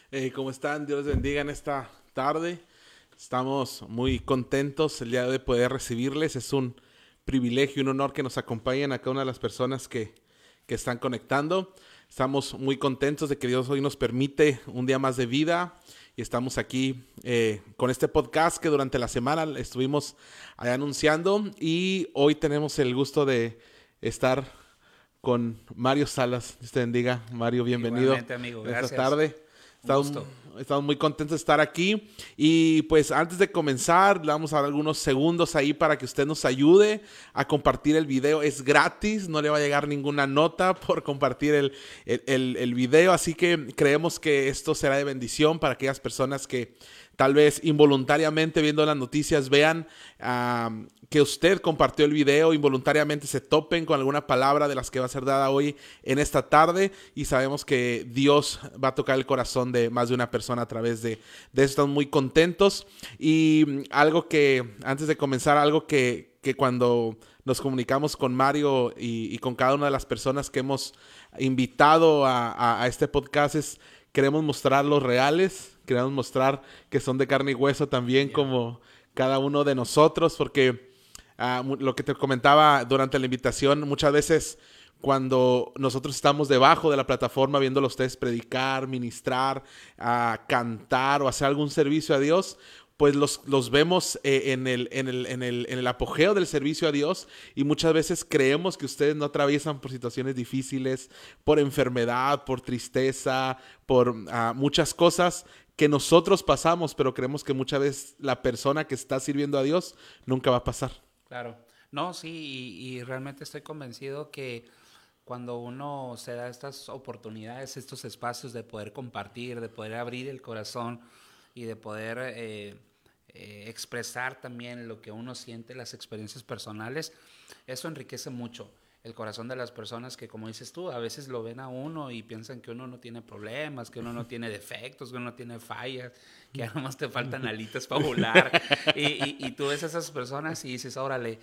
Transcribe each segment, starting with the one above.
¿Cómo están? Dios les bendiga en esta tarde. Estamos muy contentos el día de poder recibirles. Es un privilegio y un honor que nos acompañen a cada una de las personas que están conectando. Estamos muy contentos de que Dios hoy nos permite un día más de vida y estamos aquí con este podcast que durante la semana estuvimos ahí anunciando, y hoy tenemos el gusto de estar con Mario Salas. Dios te bendiga, Mario, bienvenido. Igualmente, amigo, En esta gracias. tarde. Un gusto. Estamos muy contentos de estar aquí. Y pues antes de comenzar, le vamos a dar algunos segundos ahí para que usted nos ayude a compartir el video. Es gratis, no le va a llegar ninguna nota por compartir el video. Así que creemos que esto será de bendición para aquellas personas que tal vez involuntariamente viendo las noticias vean que usted compartió el video, involuntariamente se topen con alguna palabra de las que va a ser dada hoy en esta tarde, y sabemos que Dios va a tocar el corazón de más de una persona a través de eso. Estamos muy contentos. Y algo que, antes de comenzar, algo que cuando nos comunicamos con Mario y con cada una de las personas que hemos invitado a este podcast es: queremos mostrar los reales, queremos mostrar que son de carne y hueso también, como cada uno de nosotros, porque lo que te comentaba durante la invitación, muchas veces cuando nosotros estamos debajo de la plataforma viéndolo a ustedes predicar, ministrar, cantar o hacer algún servicio a Dios, pues los vemos en el apogeo del servicio a Dios, y muchas veces creemos que ustedes no atraviesan por situaciones difíciles, por enfermedad, por tristeza, por muchas cosas que nosotros pasamos, pero creemos que muchas veces la persona que está sirviendo a Dios nunca va a pasar. Claro. No, sí, y realmente estoy convencido que cuando uno se da estas oportunidades, estos espacios de poder compartir, de poder abrir el corazón y de poder expresar también lo que uno siente, las experiencias personales, eso enriquece mucho el corazón de las personas que, como dices tú, a veces lo ven a uno y piensan que uno no tiene problemas, que uno no tiene defectos, que uno no tiene fallas, que ya nomás te faltan alitas para volar. Y tú ves a esas personas y dices, órale,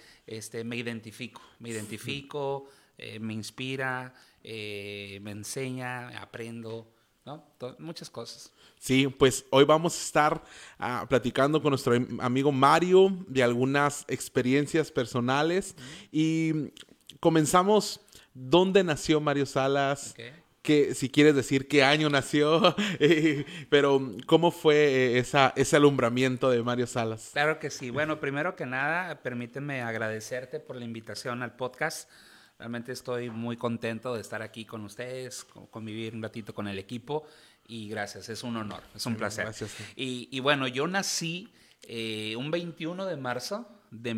me identifico, me inspira, me enseña, aprendo, ¿no? Muchas cosas. Sí, pues hoy vamos a estar platicando con nuestro amigo Mario de algunas experiencias personales. Y comenzamos, ¿dónde nació Mario Salas? Okay. Que, si quieres decir qué año nació, pero ¿cómo fue ese alumbramiento de Mario Salas? Claro que sí. Bueno, primero que nada, permíteme agradecerte por la invitación al podcast. Realmente estoy muy contento de estar aquí con ustedes, convivir un ratito con el equipo, y gracias, es un honor, es un placer. Gracias. Y bueno, yo nací un 21 de marzo de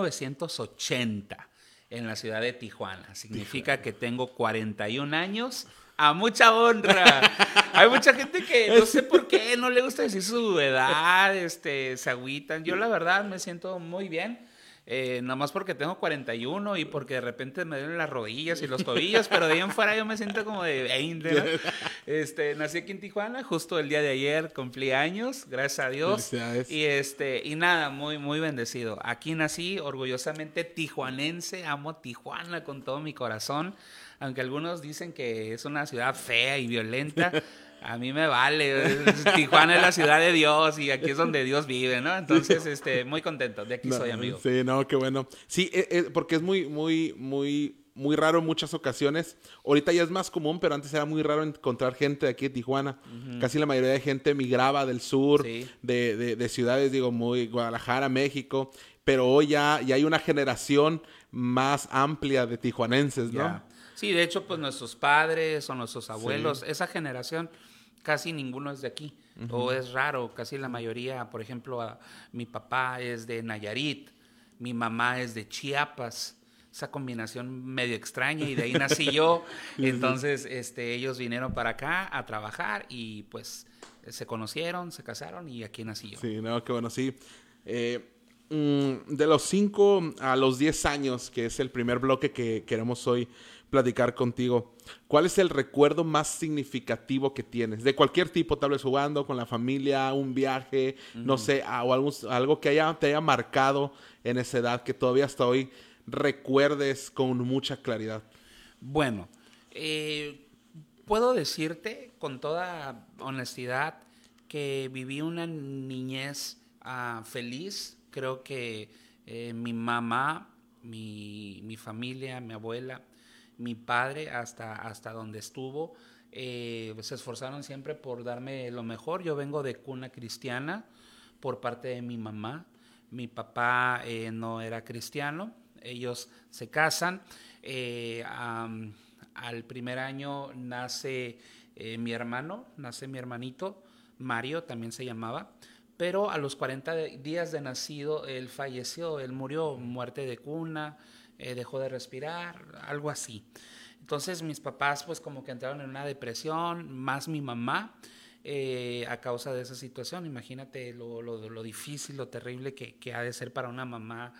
1980 en la ciudad de Tijuana. Significa que tengo 41 años. A mucha honra. Hay mucha gente que no sé por qué no le gusta decir su edad, se agüitan. Yo la verdad me siento muy bien. Nada más porque tengo 41 y porque de repente me duelen las rodillas y los tobillos, pero de ahí en fuera yo me siento como de 20, ¿no? Nací aquí en Tijuana, justo el día de ayer cumplí años, gracias a Dios. Felicidades. Y nada, muy, muy bendecido. Aquí nací, orgullosamente tijuanense, amo Tijuana con todo mi corazón, aunque algunos dicen que es una ciudad fea y violenta. A mí me vale, Tijuana es la ciudad de Dios y aquí es donde Dios vive, ¿no? Entonces, muy contento, de aquí soy, amigo. Sí, no, qué bueno. Sí, porque es muy raro en muchas ocasiones. Ahorita ya es más común, pero antes era muy raro encontrar gente de aquí de Tijuana. Casi la mayoría de gente migraba del sur, Sí. de ciudades, digo, muy Guadalajara, México. Pero hoy ya hay una generación más amplia de tijuanenses, ¿no? Ya. Sí, de hecho, pues nuestros padres o nuestros abuelos, Sí. esa generación, casi ninguno es de aquí. O es raro, casi la mayoría. Por ejemplo, mi papá es de Nayarit, mi mamá es de Chiapas. Esa combinación medio extraña, y de ahí nací yo. Entonces, ellos vinieron para acá a trabajar y pues se conocieron, se casaron y aquí nací yo. Sí, no, qué bueno, sí. De los 5 a los 10 años, que es el primer bloque que queremos hoy platicar contigo, ¿cuál es el recuerdo más significativo que tienes? De cualquier tipo, tal vez jugando con la familia, un viaje, no sé, o algo que te haya marcado en esa edad, que todavía hasta hoy recuerdes con mucha claridad. Bueno, puedo decirte con toda honestidad que viví una niñez feliz. Creo que mi mamá, mi familia, mi abuela, mi padre, hasta donde estuvo, se esforzaron siempre por darme lo mejor. Yo vengo de cuna cristiana por parte de mi mamá. Mi papá no era cristiano. Ellos se casan. Al primer año nace mi hermanito, Mario también se llamaba. Pero a los 40 días de nacido, él falleció, él murió, muerte de cuna, dejó de respirar, algo así. Entonces mis papás pues como que entraron en una depresión, más mi mamá, a causa de esa situación. Imagínate lo difícil, lo terrible que ha de ser para una mamá,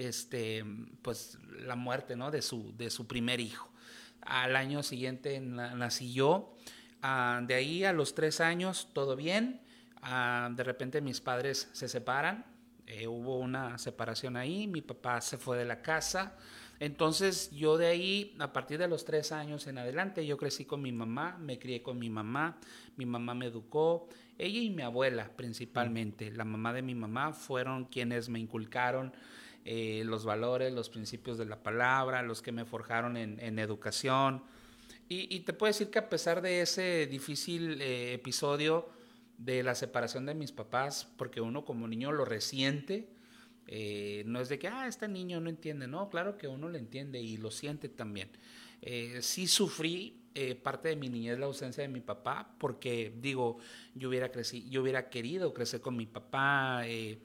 pues la muerte, ¿no? de su primer hijo. Al año siguiente nací yo. De ahí a los 3 años todo bien. De repente mis padres se separan. Hubo una separación ahí. Mi papá se fue de la casa. Entonces yo de ahí, a partir de los 3 años en adelante, yo crecí con mi mamá, me crié con mi mamá me educó, ella y mi abuela principalmente. La mamá de mi mamá fueron quienes me inculcaron los valores, los principios de la palabra, los que me forjaron en educación. Y te puedo decir que a pesar de ese difícil episodio de la separación de mis papás, porque uno como niño lo resiente, no es de que, este niño no entiende, no, claro que uno lo entiende y lo siente también. Sí sufrí parte de mi niñez la ausencia de mi papá, porque digo, yo hubiera querido crecer con mi papá,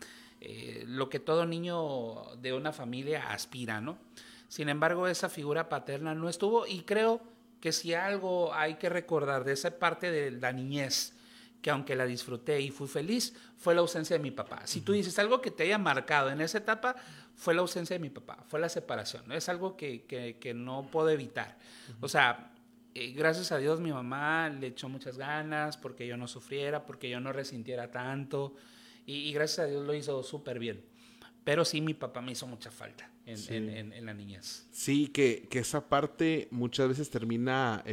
lo que todo niño de una familia aspira, ¿no? Sin embargo, esa figura paterna no estuvo, y creo que si algo hay que recordar de esa parte de la niñez, que aunque la disfruté y fui feliz, fue la ausencia de mi papá. Si tú dices algo que te haya marcado en esa etapa, fue la ausencia de mi papá, fue la separación, ¿no? Es algo que no puedo evitar. O sea, gracias a Dios mi mamá le echó muchas ganas porque yo no sufriera, porque yo no resintiera tanto, y gracias a Dios lo hizo súper bien. Pero sí, mi papá me hizo mucha falta en la niñez. Sí, que esa parte muchas veces termina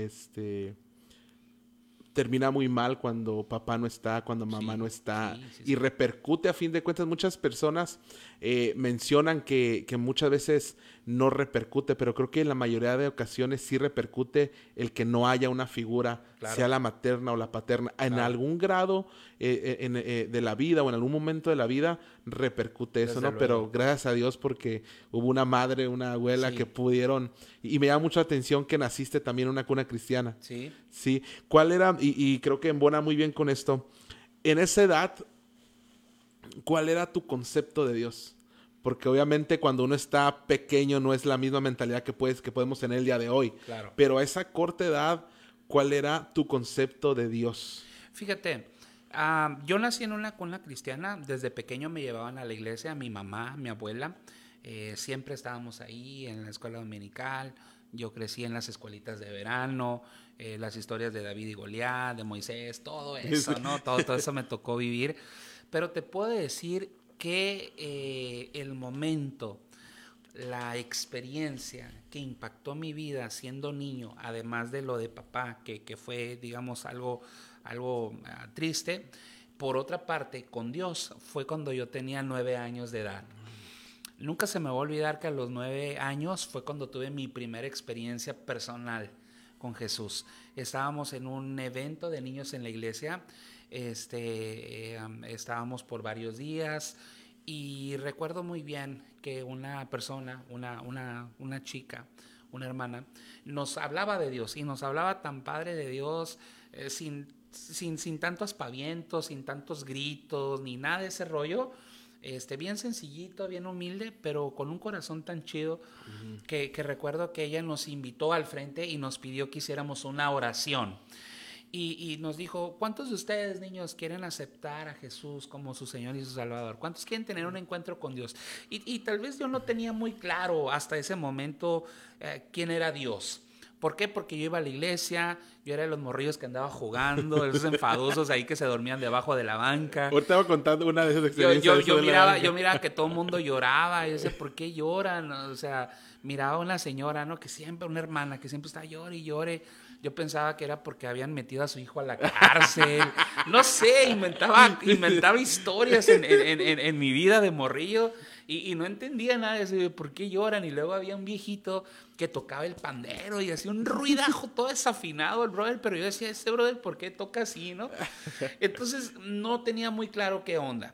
muy mal cuando papá no está, cuando mamá no está, y repercute a fin de cuentas. Muchas personas mencionan que muchas veces no repercute, pero creo que en la mayoría de ocasiones sí repercute el que no haya una figura, sea la materna o la paterna. En algún grado de la vida o en algún momento de la vida repercute eso, ¿no? Pero gracias a Dios porque hubo una madre, una abuela que pudieron, y me llama mucho la atención que naciste también en una cuna cristiana. Sí. ¿Cuál era? Y creo que embona muy bien con esto. En esa edad, ¿cuál era tu concepto de Dios? Porque obviamente cuando uno está pequeño no es la misma mentalidad que podemos tener el día de hoy. Claro. Pero a esa corta edad, ¿cuál era tu concepto de Dios? Fíjate, yo nací en una cuna cristiana. Desde pequeño me llevaban a la iglesia, mi mamá, mi abuela. Siempre estábamos ahí en la escuela dominical. Yo crecí en las escuelitas de verano, las historias de David y Goliat, de Moisés, todo eso, ¿no? Todo eso me tocó vivir. Pero te puedo decir que el momento, la experiencia que impactó mi vida siendo niño, además de lo de papá, que fue, digamos, algo triste, por otra parte, con Dios, fue cuando yo tenía 9 años de edad. Nunca se me va a olvidar que a los 9 años fue cuando tuve mi primera experiencia personal con Jesús. Estábamos en un evento de niños en la iglesia, estábamos por varios días, y recuerdo muy bien que una persona, una chica, una hermana, nos hablaba de Dios, y nos hablaba tan padre de Dios, sin tanto aspaviento, sin tantos gritos, ni nada de ese rollo. Bien sencillito, bien humilde, pero con un corazón tan chido, que recuerdo que ella nos invitó al frente y nos pidió que hiciéramos una oración. Y nos dijo, ¿cuántos de ustedes, niños, quieren aceptar a Jesús como su Señor y su Salvador? ¿Cuántos quieren tener un encuentro con Dios? Y tal vez yo no tenía muy claro hasta ese momento quién era Dios. ¿Por qué? Porque yo iba a la iglesia, yo era de los morrillos que andaba jugando, esos enfadosos ahí que se dormían debajo de la banca. Ahorita voy contando una de esas experiencias. Yo miraba que todo el mundo lloraba, y yo decía, ¿por qué lloran? O sea, miraba a una señora, ¿no? Que siempre, una hermana, que siempre está llore y llore. Yo pensaba que era porque habían metido a su hijo a la cárcel. No sé, inventaba historias en mi vida de morrillo y no entendía nada de eso, de por qué lloran. Y luego había un viejito que tocaba el pandero y hacía un ruidajo todo desafinado el brother, pero yo decía, ese brother, ¿por qué toca así, no? Entonces no tenía muy claro qué onda.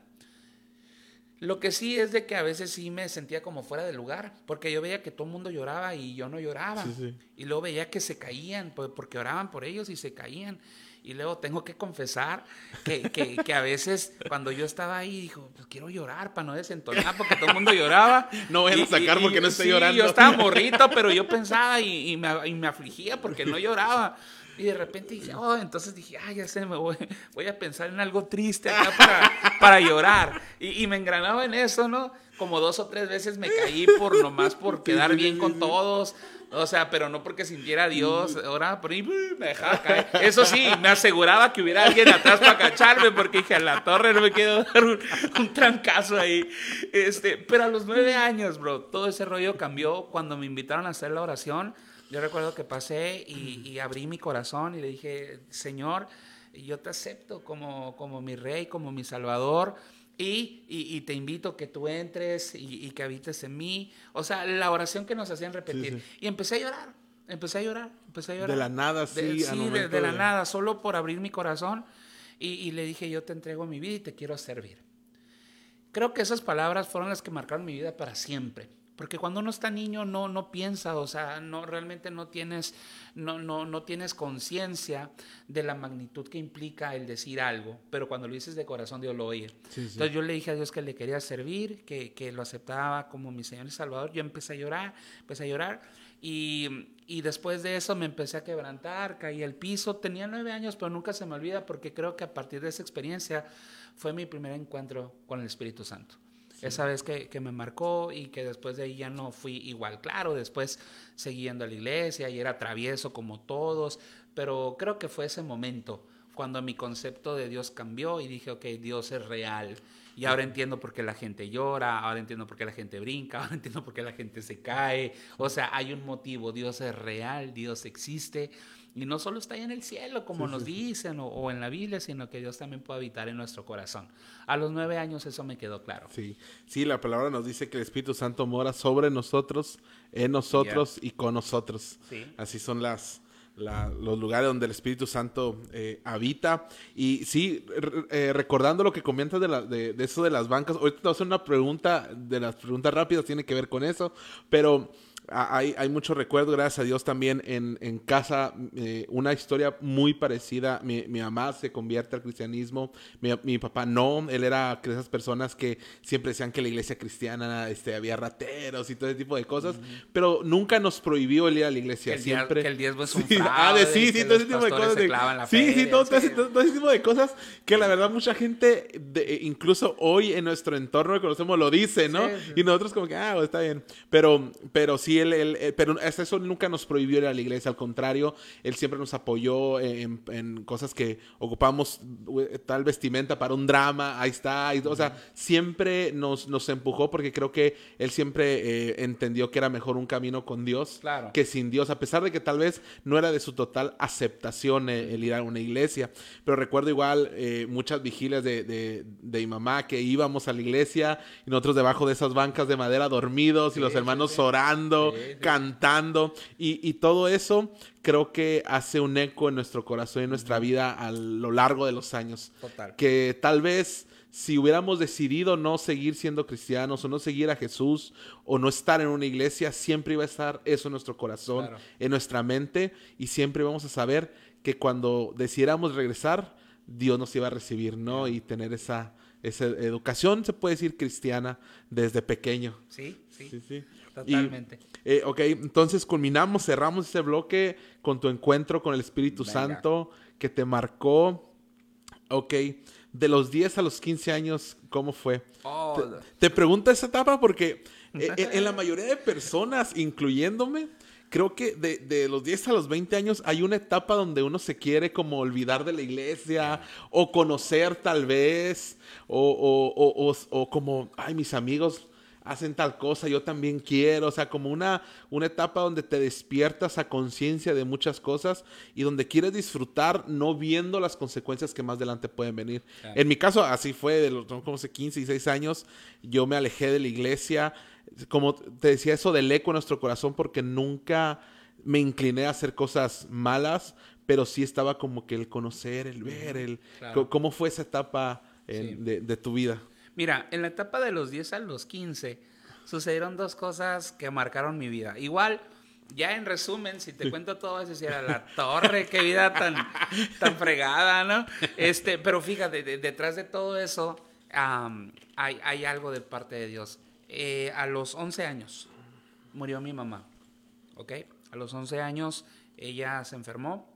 Lo que sí es de que a veces sí me sentía como fuera de lugar, porque yo veía que todo el mundo lloraba y yo no lloraba. Sí, sí. Y luego veía que se caían, porque oraban por ellos y se caían. Y luego tengo que confesar que a veces cuando yo estaba ahí, dijo, pues quiero llorar para no desentonar, porque todo el mundo lloraba. No voy a sacar porque no estoy llorando. Yo estaba morrito, pero yo pensaba y me afligía porque no lloraba. Y de repente dije, entonces dije, ya sé, voy a pensar en algo triste acá para llorar. Y me engranaba en eso, ¿no? Como 2 o 3 veces me caí nomás por quedar bien con todos. O sea, pero no porque sintiera a Dios, oraba por ahí, me dejaba caer. Eso sí, me aseguraba que hubiera alguien atrás para cacharme, porque dije, a la torre no me quiero dar un trancazo ahí. Pero a los 9 años, bro, todo ese rollo cambió cuando me invitaron a hacer la oración. Yo recuerdo que pasé y abrí mi corazón y le dije, Señor, yo te acepto como mi rey, como mi salvador. Y te invito que tú entres y que habites en mí. O sea, la oración que nos hacían repetir. Sí, sí. Y empecé a llorar. De la nada, sí. De la nada, solo por abrir mi corazón. Y le dije, yo te entrego mi vida y te quiero servir. Creo que esas palabras fueron las que marcaron mi vida para siempre. Porque cuando uno está niño no piensa, o sea, realmente no tienes conciencia de la magnitud que implica el decir algo, pero cuando lo dices de corazón Dios lo oye. Sí, sí. Entonces yo le dije a Dios que le quería servir, que lo aceptaba como mi Señor y Salvador. Yo empecé a llorar y después de eso me empecé a quebrantar, caí al piso. Tenía 9 años, pero nunca se me olvida porque creo que a partir de esa experiencia fue mi primer encuentro con el Espíritu Santo. Sí. Esa vez que me marcó y que después de ahí ya no fui igual. Claro, después seguí yendo a la iglesia y era travieso como todos, pero creo que fue ese momento cuando mi concepto de Dios cambió y dije, ok, Dios es real. Y ahora entiendo por qué la gente llora, ahora entiendo por qué la gente brinca, ahora entiendo por qué la gente se cae. O sea, hay un motivo, Dios es real, Dios existe. Y no solo está ahí en el cielo, como nos dicen, o en la Biblia, sino que Dios también puede habitar en nuestro corazón. A los 9 años eso me quedó claro. Sí, la palabra nos dice que el Espíritu Santo mora sobre nosotros, en nosotros y con nosotros. Sí. Así son los lugares donde el Espíritu Santo habita. Y sí, recordando lo que comentas de eso de las bancas, ahorita te voy a hacer una pregunta, de las preguntas rápidas, tiene que ver con eso, pero hay mucho recuerdo, gracias a Dios también en casa, una historia muy parecida. Mi mamá se convierte al cristianismo, mi papá no, él era de esas personas que siempre decían que la iglesia cristiana había rateros y todo ese tipo de cosas, pero nunca nos prohibió el ir a la iglesia, que el diezmo es un fraude, todo ese tipo de cosas, todo ese tipo de cosas que la verdad mucha gente, incluso hoy en nuestro entorno que conocemos lo dice, ¿no? Sí. Y nosotros como que, está bien, pero sí, pero eso nunca nos prohibió ir a la iglesia, al contrario, él siempre nos apoyó en cosas que ocupamos, tal vestimenta para un drama, ahí está, o sea, siempre nos empujó porque creo que él siempre entendió que era mejor un camino con Dios que sin Dios, a pesar de que tal vez no era de su total aceptación el ir a una iglesia, pero recuerdo igual muchas vigilias de mi mamá que íbamos a la iglesia y nosotros debajo de esas bancas de madera dormidos y los hermanos orando, cantando y todo eso creo que hace un eco en nuestro corazón y en nuestra vida a lo largo de los años. Total. Que tal vez si hubiéramos decidido no seguir siendo cristianos o no seguir a Jesús o no estar en una iglesia, siempre iba a estar eso en nuestro corazón, en nuestra mente, y siempre íbamos a saber que cuando decidiéramos regresar, Dios nos iba a recibir, ¿no? Y tener esa educación, se puede decir, cristiana desde pequeño. Sí. Totalmente. Ok, entonces cerramos ese bloque con tu encuentro con el Espíritu Santo que te marcó. Ok, de los 10 a los 15 años, ¿cómo fue? Te pregunto esa etapa porque en la mayoría de personas, incluyéndome, creo que de los 10 a los 20 años hay una etapa donde uno se quiere como olvidar de la iglesia o conocer tal vez o como, mis amigos hacen tal cosa, yo también quiero. O sea, como una etapa donde te despiertas a conciencia de muchas cosas y donde quieres disfrutar no viendo las consecuencias que más adelante pueden venir. Claro. En mi caso, así fue, de los como 15 y 16 años, yo me alejé de la iglesia. Como te decía, eso del eco en nuestro corazón, porque nunca me incliné a hacer cosas malas, pero sí estaba como que el conocer, el ver, Claro. cómo fue esa etapa Sí. de tu vida. Mira, en la etapa de los 10 a los 15 sucedieron dos cosas que marcaron mi vida. Igual, ya en resumen, si te cuento todo eso, si era la torre, qué vida tan fregada, ¿no? Pero fíjate, detrás de todo eso hay algo de parte de Dios. A los 11 años murió mi mamá, ¿ok? A los 11 años ella se enfermó,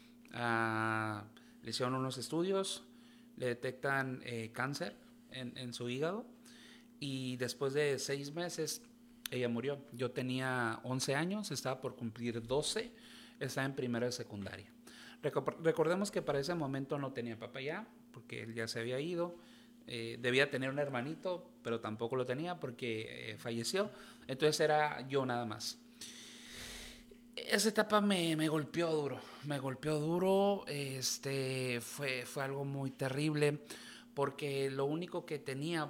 le hicieron unos estudios, le detectan cáncer en su hígado y después de 6 meses ella murió. Yo tenía 11 años, estaba por cumplir 12, estaba en primero de secundaria. Recordemos que para ese momento no tenía papá ya, porque él ya se había ido. Debía tener un hermanito, pero tampoco lo tenía porque falleció. Entonces era yo nada más. Esa etapa me golpeó duro, fue algo muy terrible, porque lo único que tenía,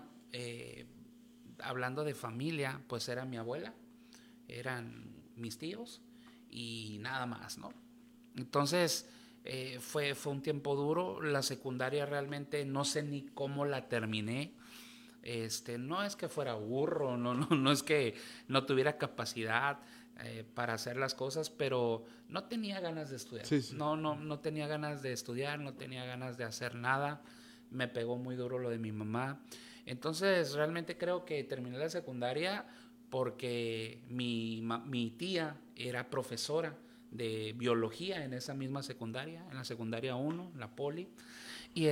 hablando de familia, pues era mi abuela, eran mis tíos y nada más, ¿no? Entonces fue un tiempo duro. La secundaria realmente no sé ni cómo la terminé. No es que fuera burro, no es que no tuviera capacidad para hacer las cosas, pero no tenía ganas de estudiar. Sí, sí. No tenía ganas de estudiar, no tenía ganas de hacer nada. Me pegó muy duro lo de mi mamá. Entonces realmente creo que terminé la secundaria porque mi tía era profesora de biología en esa misma secundaria, en la secundaria 1, la poli, y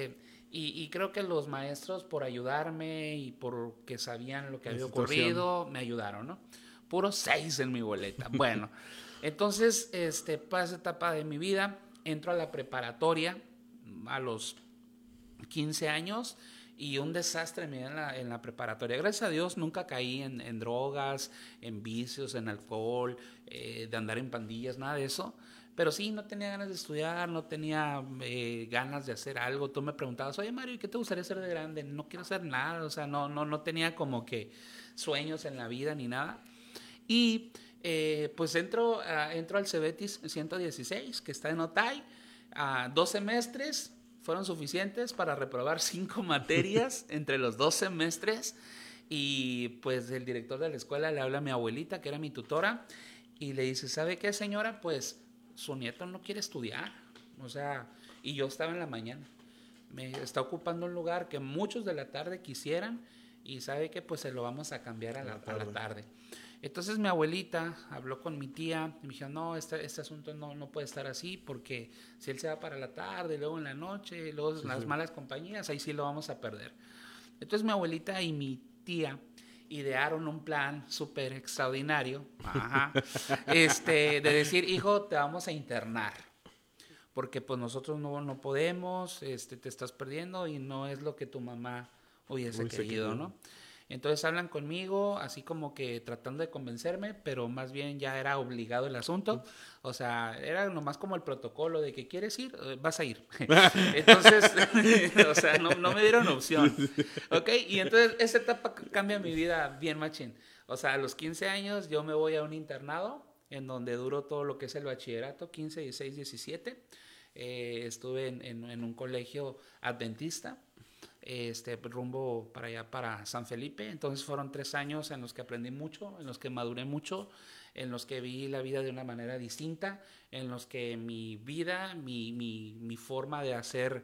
y creo que los maestros, por ayudarme y porque sabían lo que había ocurrido, me ayudaron, ¿no? Puro 6 en mi boleta. Bueno, entonces, para esa etapa de mi vida, entro a la preparatoria a los 15 años y un desastre me dio en la preparatoria. Gracias a Dios nunca caí en drogas, en vicios, en alcohol, de andar en pandillas, nada de eso. Pero sí, no tenía ganas de estudiar, no tenía ganas de hacer algo. Tú me preguntabas, oye Mario, ¿y qué te gustaría hacer de grande? No quiero hacer nada, o sea, no tenía como que sueños en la vida ni nada. Y pues entro al Cebetis 116, que está en Otay. 2 semestres fueron suficientes para reprobar 5 materias entre los 2 semestres. Y pues el director de la escuela le habla a mi abuelita, que era mi tutora, y le dice, ¿sabe qué, señora? Pues su nieto no quiere estudiar. O sea, y yo estaba en la mañana. Me está ocupando un lugar que muchos de la tarde quisieran, y sabe que pues se lo vamos a cambiar a la tarde. Entonces mi abuelita habló con mi tía y me dijo, no, este asunto no puede estar así, porque si él se va para la tarde, luego en la noche, luego las malas compañías, ahí sí lo vamos a perder. Entonces mi abuelita y mi tía idearon un plan súper extraordinario, de decir, hijo, te vamos a internar, porque pues nosotros no podemos, te estás perdiendo y no es lo que tu mamá hubiese querido, ¿no? Entonces hablan conmigo, así como que tratando de convencerme, pero más bien ya era obligado el asunto. O sea, era nomás como el protocolo de que quieres ir, vas a ir. Entonces, o sea, no me dieron opción. ¿Ok? Y entonces esa etapa cambia mi vida bien machín. O sea, a los 15 años yo me voy a un internado en donde duró todo lo que es el bachillerato, 15, 16, 17. Estuve en un colegio adventista. Rumbo para allá, para San Felipe. Entonces fueron 3 años en los que aprendí mucho, en los que maduré mucho, en los que vi la vida de una manera distinta, en los que mi vida, mi forma de hacer,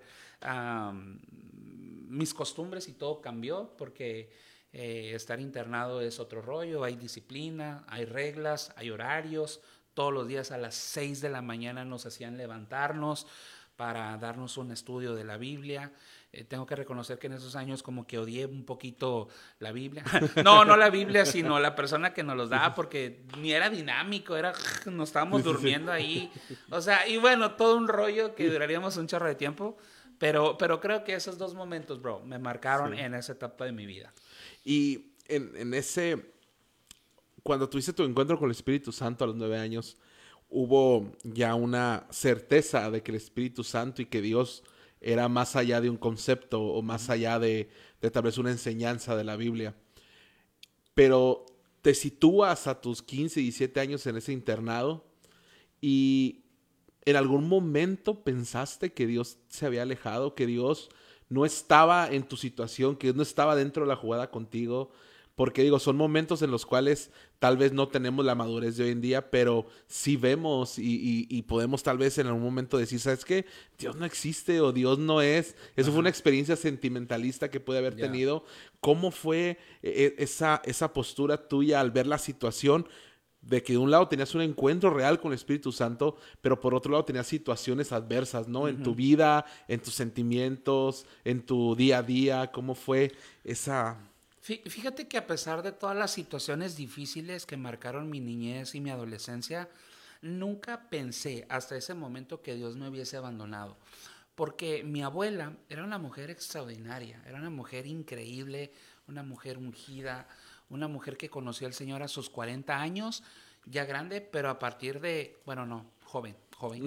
mis costumbres y todo cambió, porque estar internado es otro rollo. Hay disciplina, hay reglas, hay horarios. Todos los días a las 6 de la mañana nos hacían levantarnos para darnos un estudio de la Biblia. Tengo que reconocer que en esos años como que odié un poquito la Biblia. No la Biblia, sino la persona que nos los daba, porque ni era dinámico, nos estábamos durmiendo ahí. O sea, y bueno, todo un rollo que duraríamos un chorro de tiempo. Pero creo que esos 2 momentos, bro, me marcaron en esa etapa de mi vida. Y en ese, cuando tuviste tu encuentro con el Espíritu Santo a los 9 años, hubo ya una certeza de que el Espíritu Santo y que Dios era más allá de un concepto o más allá de tal vez una enseñanza de la Biblia. Pero te sitúas a tus 15, 17 años en ese internado y en algún momento pensaste que Dios se había alejado, que Dios no estaba en tu situación, que Dios no estaba dentro de la jugada contigo. Porque digo, son momentos en los cuales tal vez no tenemos la madurez de hoy en día, pero sí vemos y podemos tal vez en algún momento decir, ¿sabes qué? Dios no existe o Dios no es. Eso fue una experiencia sentimentalista que pude haber tenido. ¿Cómo fue esa postura tuya al ver la situación de que de un lado tenías un encuentro real con el Espíritu Santo, pero por otro lado tenías situaciones adversas, ¿no? En tu vida, en tus sentimientos, en tu día a día? ¿Cómo fue esa...? Fíjate que a pesar de todas las situaciones difíciles que marcaron mi niñez y mi adolescencia, nunca pensé hasta ese momento que Dios me hubiese abandonado. Porque mi abuela era una mujer extraordinaria, era una mujer increíble, una mujer ungida, una mujer que conoció al Señor a sus 40 años, ya grande, pero a partir de, bueno, no, joven.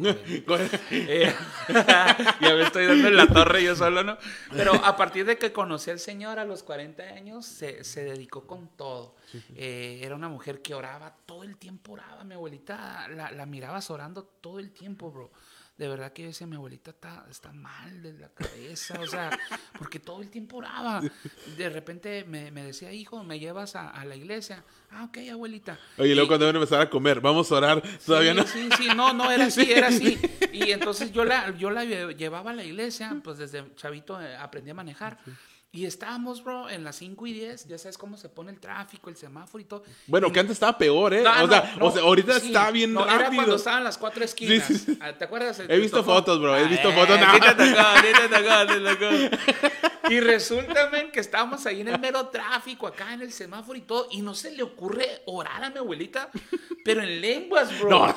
Ya me estoy dando en la torre yo solo, ¿no? Pero a partir de que conocí al Señor a los 40 años, se dedicó con todo. Era una mujer que oraba, todo el tiempo oraba. Mi abuelita la mirabas orando todo el tiempo, bro. De verdad que yo decía, mi abuelita está mal de la cabeza, o sea, porque todo el tiempo oraba. De repente me decía, hijo, ¿me llevas a la iglesia? Ah, ok, abuelita. Oye, luego cuando van a empezar a comer, vamos a orar, todavía no. Sí, no, era así. Y entonces yo la llevaba a la iglesia, pues desde chavito aprendí a manejar. Y estábamos, bro, en las 5:10, ya sabes cómo se pone el tráfico, el semáforo y todo. Bueno, que antes estaba peor, ¿eh? O sea, ahorita está bien rápido. Era cuando estaban las 4 esquinas. Sí. ¿Te acuerdas? He visto fotos, bro, he visto fotos. Sí te tocó. Y resulta, men, que estábamos ahí en el mero tráfico, acá en el semáforo y todo, y no se le ocurre orar a mi abuelita, pero en lenguas, bro.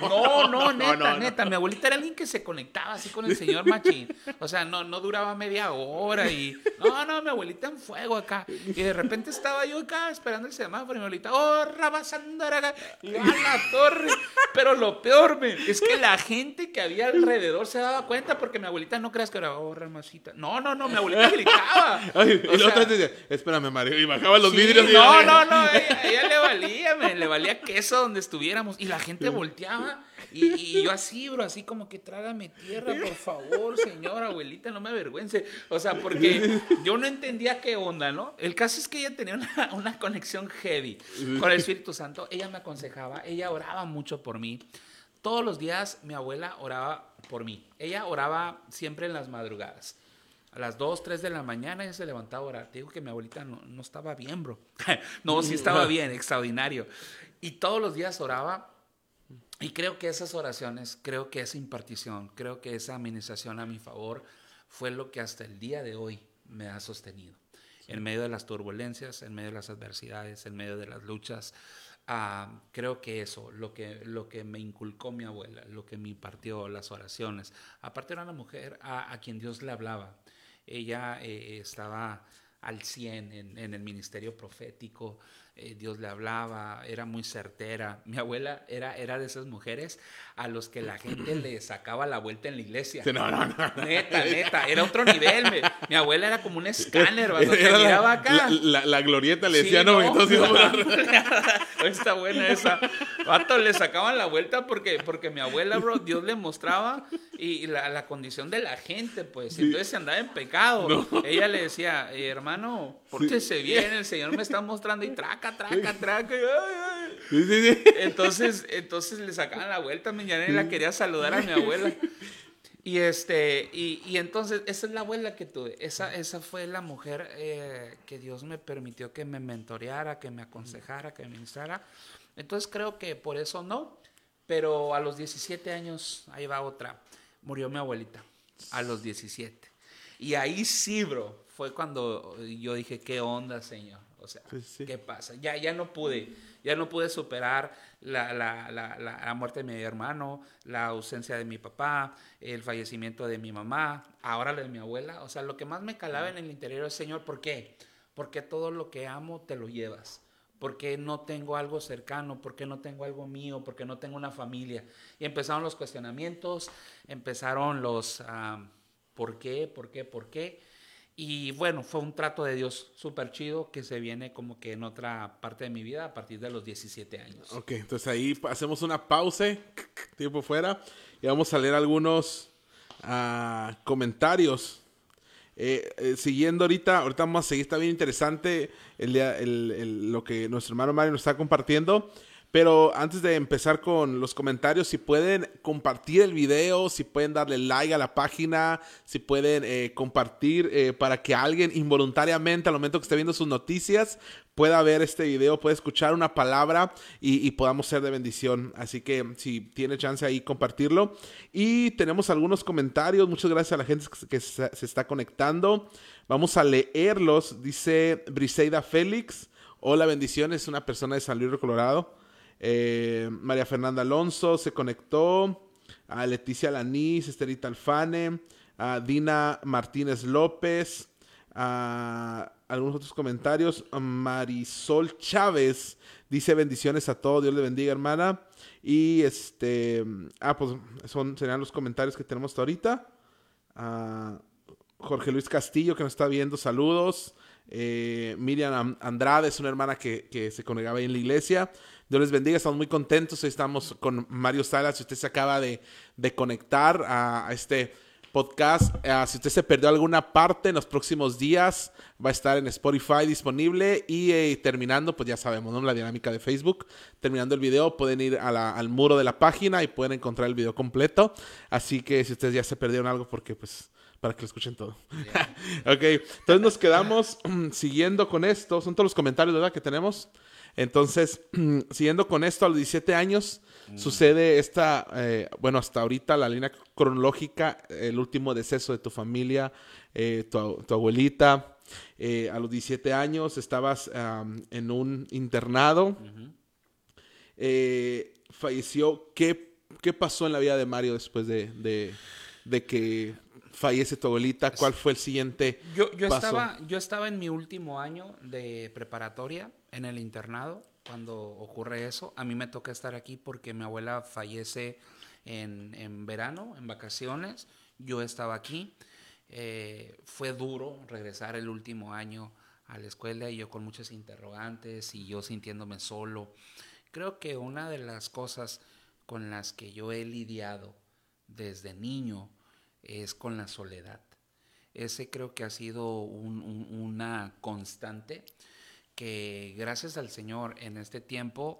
Neta. Mi abuelita era alguien que se conectaba así con el señor machín. O sea, no duraba media hora y... No, mi abuelita en fuego acá. Y de repente estaba yo acá esperando el semáforo y mi abuelita, rabasandaraga, y a la torre. Pero lo peor, men, es que la gente que había alrededor se daba cuenta porque mi abuelita no creas que era, ramasita. No, mi abuelita gritaba. Ay, y la otra decía, espérame, Mario, y bajaba los vidrios. No, ella le valía queso donde estuviéramos. Y la gente volteaba y yo así, bro, así como que trágame tierra, por favor, señora, abuelita, no me avergüence. O sea, porque yo no entendía qué onda, ¿no? El caso es que ella tenía una conexión heavy con el Espíritu Santo. Ella me aconsejaba, ella oraba mucho por mí. Todos los días mi abuela oraba por mí. Ella oraba siempre en las madrugadas. A las 2, 3 de la mañana ella se levantaba a orar. Te digo que mi abuelita no estaba bien, bro. No, sí estaba bien, extraordinario. Y todos los días oraba. Y creo que esas oraciones, creo que esa impartición, creo que esa administración a mi favor fue lo que hasta el día de hoy me ha sostenido. Sí. En medio de las turbulencias, en medio de las adversidades, en medio de las luchas. Creo que eso, lo que me inculcó mi abuela, lo que me impartió, las oraciones. Aparte era una mujer a quien Dios le hablaba. Ella estaba al 100 en el ministerio profético. Dios le hablaba, era muy certera. Mi abuela era de esas mujeres a los que la gente le sacaba la vuelta en la iglesia. No. Neta, era otro nivel. Mi abuela era como un escáner, cuando te miraba acá. La glorieta le decía, sí, no, entonces... Está buena esa. Vato, le sacaban la vuelta porque mi abuela, bro, Dios le mostraba y la condición de la gente, pues. Sí. Entonces se andaba en pecado. No. Ella le decía, hermano, pórtese bien, el Señor me está mostrando y traca. Sí. Entonces le sacaban la vuelta, mi ñana la quería saludar a mi abuela. Y entonces esa es la abuela que tuve. Esa fue la mujer que Dios me permitió que me mentoreara, que me aconsejara, que me ministrara. Entonces creo que por eso no. Pero a los 17 años, ahí va otra, murió mi abuelita. A los 17. Y ahí sí, bro, fue cuando yo dije, ¿qué onda, Señor? O sea, sí. ¿Qué pasa? Ya no pude superar la muerte de mi hermano, la ausencia de mi papá, el fallecimiento de mi mamá, ahora lo de mi abuela. O sea, lo que más me calaba en el interior es, Señor, ¿por qué? ¿Por qué todo lo que amo te lo llevas? ¿Por qué no tengo algo cercano? ¿Por qué no tengo algo mío? ¿Por qué no tengo una familia? Y empezaron los cuestionamientos, empezaron los ¿por qué? ¿Por qué? ¿Por qué? Y bueno, fue un trato de Dios súper chido que se viene como que en otra parte de mi vida a partir de los 17 años. Ok, entonces ahí hacemos una pausa, tiempo fuera, y vamos a leer algunos comentarios. Siguiendo ahorita vamos a seguir, está bien interesante lo que nuestro hermano Mario nos está compartiendo. Pero antes de empezar con los comentarios, si pueden compartir el video, si pueden darle like a la página, si pueden compartir para que alguien involuntariamente al momento que esté viendo sus noticias pueda ver este video, pueda escuchar una palabra y podamos ser de bendición. Así que si tiene chance ahí compartirlo. Y tenemos algunos comentarios. Muchas gracias a la gente que se está conectando. Vamos a leerlos. Dice Briseida Félix. Hola, bendiciones. Es una persona de San Luis Río Colorado. María Fernanda Alonso se conectó. Leticia Lanís, Estelita Alfane, Dina Martínez López. Algunos otros comentarios. Marisol Chávez dice bendiciones a todos, Dios le bendiga, hermana. Y pues serían los comentarios que tenemos hasta ahorita. Jorge Luis Castillo, que nos está viendo, saludos. Miriam Andrade es una hermana que se congregaba ahí en la iglesia. Dios les bendiga, estamos muy contentos. Hoy estamos con Mario Salas. Si usted se acaba de conectar a este podcast, si usted se perdió alguna parte en los próximos días, va a estar en Spotify disponible. Y terminando, pues ya sabemos, ¿no? La dinámica de Facebook. Terminando el video, pueden ir al muro de la página y pueden encontrar el video completo. Así que si ustedes ya se perdieron algo, porque pues para que lo escuchen todo. Yeah. Ok, entonces nos quedamos siguiendo con esto. Son todos los comentarios, ¿verdad?, que tenemos. Entonces, siguiendo con esto, a los 17 años sucede hasta ahorita la línea cronológica, el último deceso de tu familia, tu abuelita. A los 17 años estabas en un internado. Falleció. ¿Qué pasó en la vida de Mario después de que fallece tu abuelita? ¿Cuál fue el siguiente paso? Yo estaba en mi último año de preparatoria en el internado cuando ocurre eso. A mí me toca estar aquí porque mi abuela fallece en verano, en vacaciones. Yo estaba aquí. Fue duro regresar el último año a la escuela y yo con muchas interrogantes y yo sintiéndome solo. Creo que una de las cosas con las que yo he lidiado desde niño es con la soledad. Ese creo que ha sido una constante que gracias al Señor en este tiempo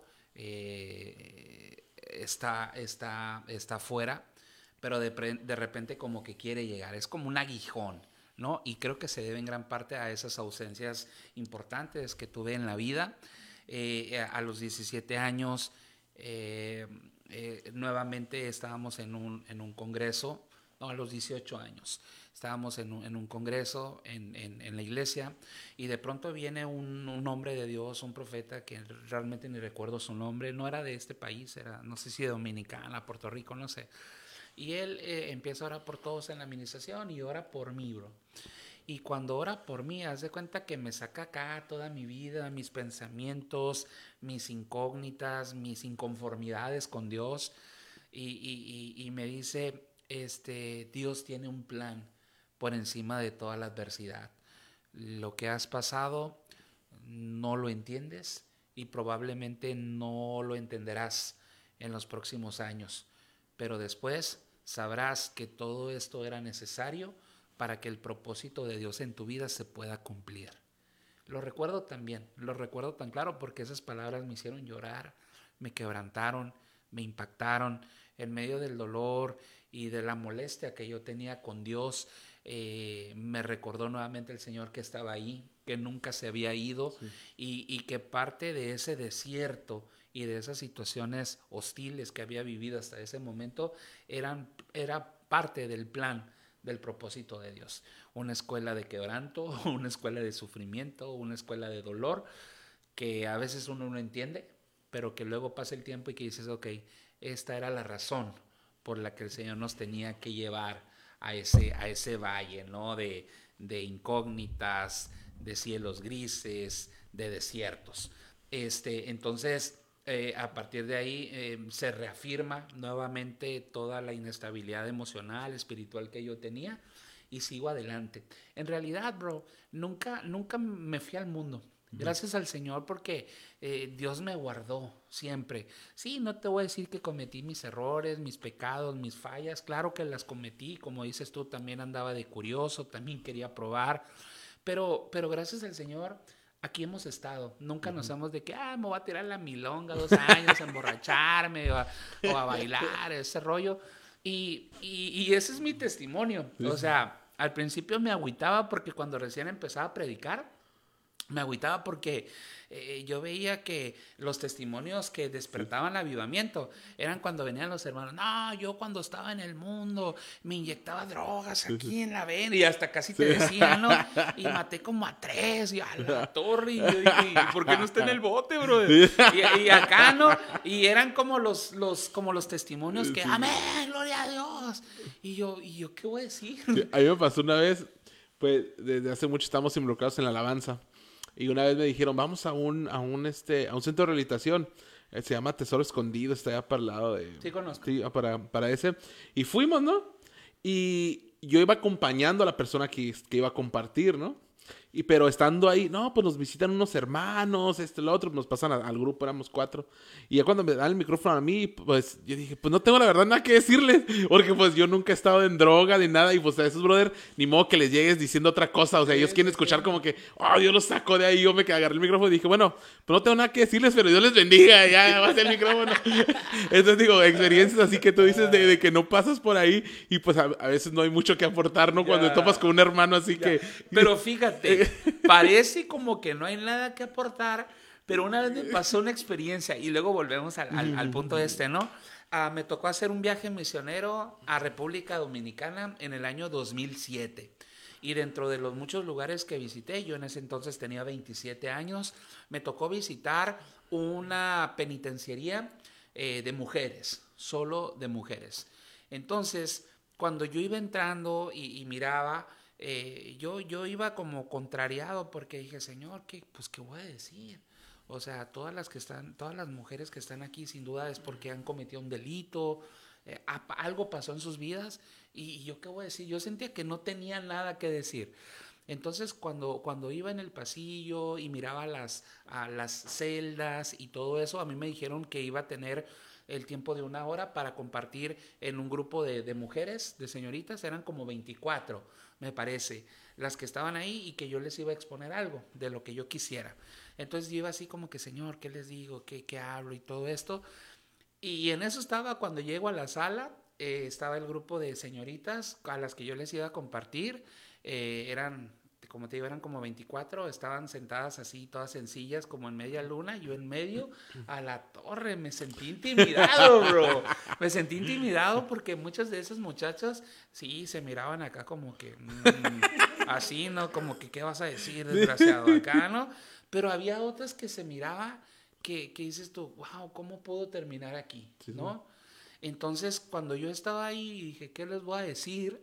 está fuera, pero de repente como que quiere llegar. Es como un aguijón, ¿no? Y creo que se debe en gran parte a esas ausencias importantes que tuve en la vida. A los 17 años nuevamente estábamos en un congreso. No, a los 18 años. Estábamos en un congreso en la iglesia y de pronto viene un hombre de Dios, un profeta que realmente ni recuerdo su nombre, no era de este país, era no sé si de Dominicana, Puerto Rico, no sé. Y él empieza a orar por todos en la administración y ora por mí, bro. Y cuando ora por mí, haz de cuenta que me saca acá toda mi vida, mis pensamientos, mis incógnitas, mis inconformidades con Dios y me dice... Dios tiene un plan por encima de toda la adversidad. Lo que has pasado no lo entiendes y probablemente no lo entenderás en los próximos años, pero después sabrás que todo esto era necesario para que el propósito de Dios en tu vida se pueda cumplir. Lo recuerdo también, lo recuerdo tan claro porque esas palabras me hicieron llorar, me quebrantaron, me impactaron en medio del dolor y de la molestia que yo tenía con Dios. Me recordó nuevamente el Señor que estaba ahí, que nunca se había ido, sí. y que parte de ese desierto y de esas situaciones hostiles que había vivido hasta ese momento era parte del plan, del propósito de Dios. Una escuela de quebranto, una escuela de sufrimiento, una escuela de dolor que a veces uno no entiende, pero que luego pasa el tiempo y que dices, ok, esta era la razón por la que el Señor nos tenía que llevar a ese valle, ¿no? De incógnitas, de cielos grises, de desiertos. Entonces, a partir de ahí se reafirma nuevamente toda la inestabilidad emocional, espiritual que yo tenía y sigo adelante. En realidad, bro, nunca me fui al mundo. Gracias al Señor porque Dios me guardó siempre. Sí, no te voy a decir que cometí mis errores, mis pecados, mis fallas. Claro que las cometí, como dices tú, también andaba de curioso, también quería probar. Pero gracias al Señor, aquí hemos estado. Nunca nos hemos de que, me voy a tirar la milonga 2 años a emborracharme o a bailar, ese rollo. Y ese es mi testimonio. O sea, al principio me agüitaba porque cuando recién empezaba a predicar, me agüitaba porque yo veía que los testimonios que despertaban avivamiento eran cuando venían los hermanos. No, yo cuando estaba en el mundo me inyectaba drogas aquí en la vena y hasta casi te decían, ¿no? Y maté como a 3 y a la torre. Y yo dije, ¿y por qué no está en el bote, bro? Y acá, ¿no? Y eran como los testimonios que, amén, gloria a Dios. Y yo, ¿qué voy a decir? Sí, a mí me pasó una vez, pues desde hace mucho estamos involucrados en la alabanza. Y una vez me dijeron, vamos a un centro de rehabilitación. Se llama Tesoro Escondido, está allá para el lado de... Sí, conozco. Sí, para ese. Y fuimos, ¿no? Y yo iba acompañando a la persona que iba a compartir, ¿no? Pero estando ahí, no, pues nos visitan unos hermanos, lo otro, nos pasan al grupo, éramos 4. Y ya cuando me dan el micrófono a mí, pues yo dije, pues no tengo la verdad nada que decirles, porque pues yo nunca he estado en droga ni nada, y pues a esos brother, ni modo que les llegues diciendo otra cosa, o sea, ellos quieren escuchar como que, yo los saco de ahí, yo me agarré el micrófono y dije, bueno, pues no tengo nada que decirles, pero Dios les bendiga, ya va a ser el micrófono. Entonces digo, experiencias así que tú dices de que no pasas por ahí, y pues a veces no hay mucho que aportar, ¿no? Cuando te topas con un hermano así que... Pero fíjate, parece como que no hay nada que aportar, pero una vez me pasó una experiencia y luego volvemos al punto ¿no? Me tocó hacer un viaje misionero a República Dominicana en el año 2007. Y dentro de los muchos lugares que visité, yo en ese entonces tenía 27 años, me tocó visitar una penitenciaría de mujeres, solo de mujeres. Entonces, cuando yo iba entrando y miraba... yo iba como contrariado porque dije, Señor, ¿qué voy a decir? O sea, todas las mujeres que están aquí sin duda es porque han cometido un delito, algo pasó en sus vidas y yo qué voy a decir. Yo sentía que no tenía nada que decir. Entonces cuando iba en el pasillo y miraba a las celdas y todo eso, a mí me dijeron que iba a tener el tiempo de 1 hora para compartir en un grupo de mujeres, de señoritas, eran como 24, me parece, las que estaban ahí y que yo les iba a exponer algo de lo que yo quisiera. Entonces yo iba así como que, Señor, ¿qué les digo? ¿Qué hablo? Y todo esto. Y en eso estaba cuando llego a la sala, estaba el grupo de señoritas a las que yo les iba a compartir, eran... Como te digo, eran como 24, estaban sentadas así, todas sencillas, como en media luna, yo en medio, a la torre, me sentí intimidado, bro. Me sentí intimidado porque muchas de esas muchachas, sí, se miraban acá como que, así, ¿no? Como que, ¿qué vas a decir, desgraciado, acá, no? Pero había otras que se miraba, que dices tú, wow, ¿cómo puedo terminar aquí, no? Entonces, cuando yo estaba ahí y dije, ¿qué les voy a decir?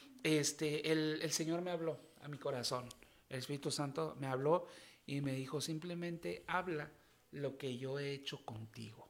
El Señor me habló a mi corazón. El Espíritu Santo me habló y me dijo, simplemente habla lo que yo he hecho contigo.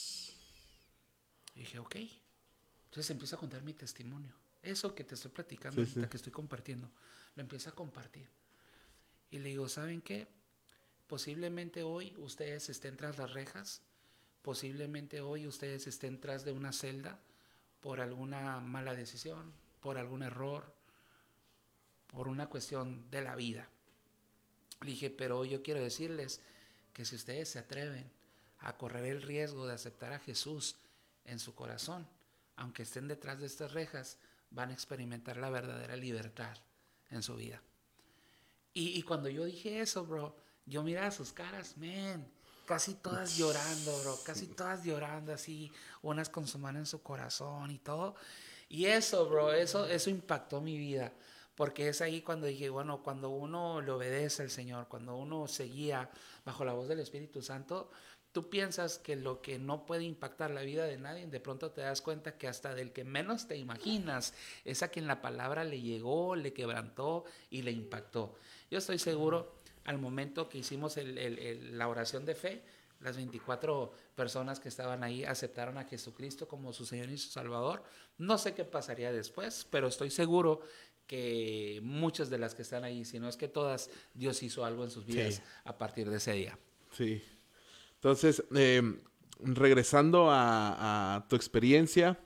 Y dije, ok. Entonces empiezo a contar mi testimonio. Eso que te estoy platicando, que estoy compartiendo, lo empiezo a compartir. Y le digo, ¿saben qué? Posiblemente hoy ustedes estén tras las rejas. Posiblemente hoy ustedes estén tras de una celda por alguna mala decisión, por algún error, por una cuestión de la vida. Le dije, pero yo quiero decirles que si ustedes se atreven a correr el riesgo de aceptar a Jesús en su corazón, aunque estén detrás de estas rejas, van a experimentar la verdadera libertad en su vida. Y cuando yo dije eso, bro, yo miraba sus caras, casi todas llorando, bro, casi todas llorando así, unas con su mano en su corazón y todo. Y eso, bro, eso impactó mi vida. Porque es ahí cuando dije, bueno, cuando uno le obedece al Señor, cuando uno se guía bajo la voz del Espíritu Santo, tú piensas que lo que no puede impactar la vida de nadie, de pronto te das cuenta que hasta del que menos te imaginas es a quien la palabra le llegó, le quebrantó y le impactó. Yo estoy seguro, al momento que hicimos la oración de fe, las 24 personas que estaban ahí aceptaron a Jesucristo como su Señor y su Salvador. No sé qué pasaría después, pero estoy seguro que muchas de las que están ahí, si no es que todas, Dios hizo algo en sus vidas a partir de ese día. Sí. Entonces, regresando a tu experiencia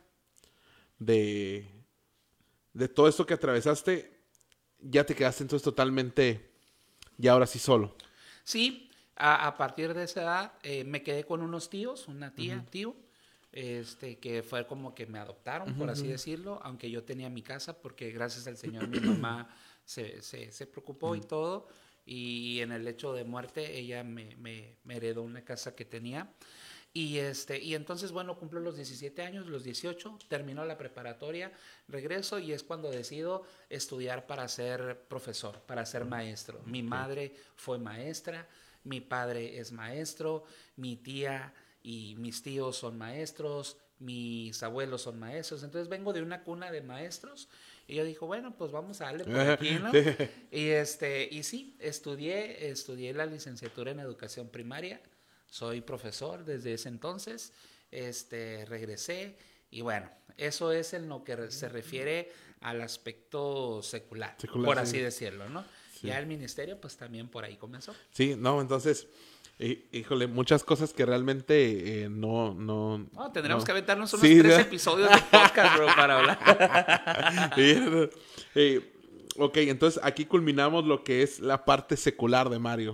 de todo esto que atravesaste, ya te quedaste entonces totalmente, ya ahora sí solo. Sí, a partir de esa edad me quedé con unos tíos, una tía, tío, que fue como que me adoptaron, por así decirlo, aunque yo tenía mi casa, porque gracias al Señor mi mamá se preocupó y todo, y en el hecho de muerte ella me heredó una casa que tenía. Y entonces, bueno, cumplo los 17 años, los 18, termino la preparatoria, regreso y es cuando decido estudiar para ser profesor, para ser maestro. Mi madre fue maestra, mi padre es maestro, mi tía y mis tíos son maestros, mis abuelos son maestros, entonces vengo de una cuna de maestros y yo digo, bueno, pues vamos a darle por aquí, ¿no? Y sí, estudié la licenciatura en educación primaria. Soy profesor desde ese entonces, regresé y bueno, eso es en lo que se refiere al aspecto secular por así decirlo, ¿no? Sí. Ya el ministerio pues también por ahí comenzó. Sí, no, entonces, híjole, muchas cosas que realmente no, tendremos que aventarnos unos 3 episodios de podcast, bro, para hablar. Ok, entonces aquí culminamos lo que es la parte secular de Mario.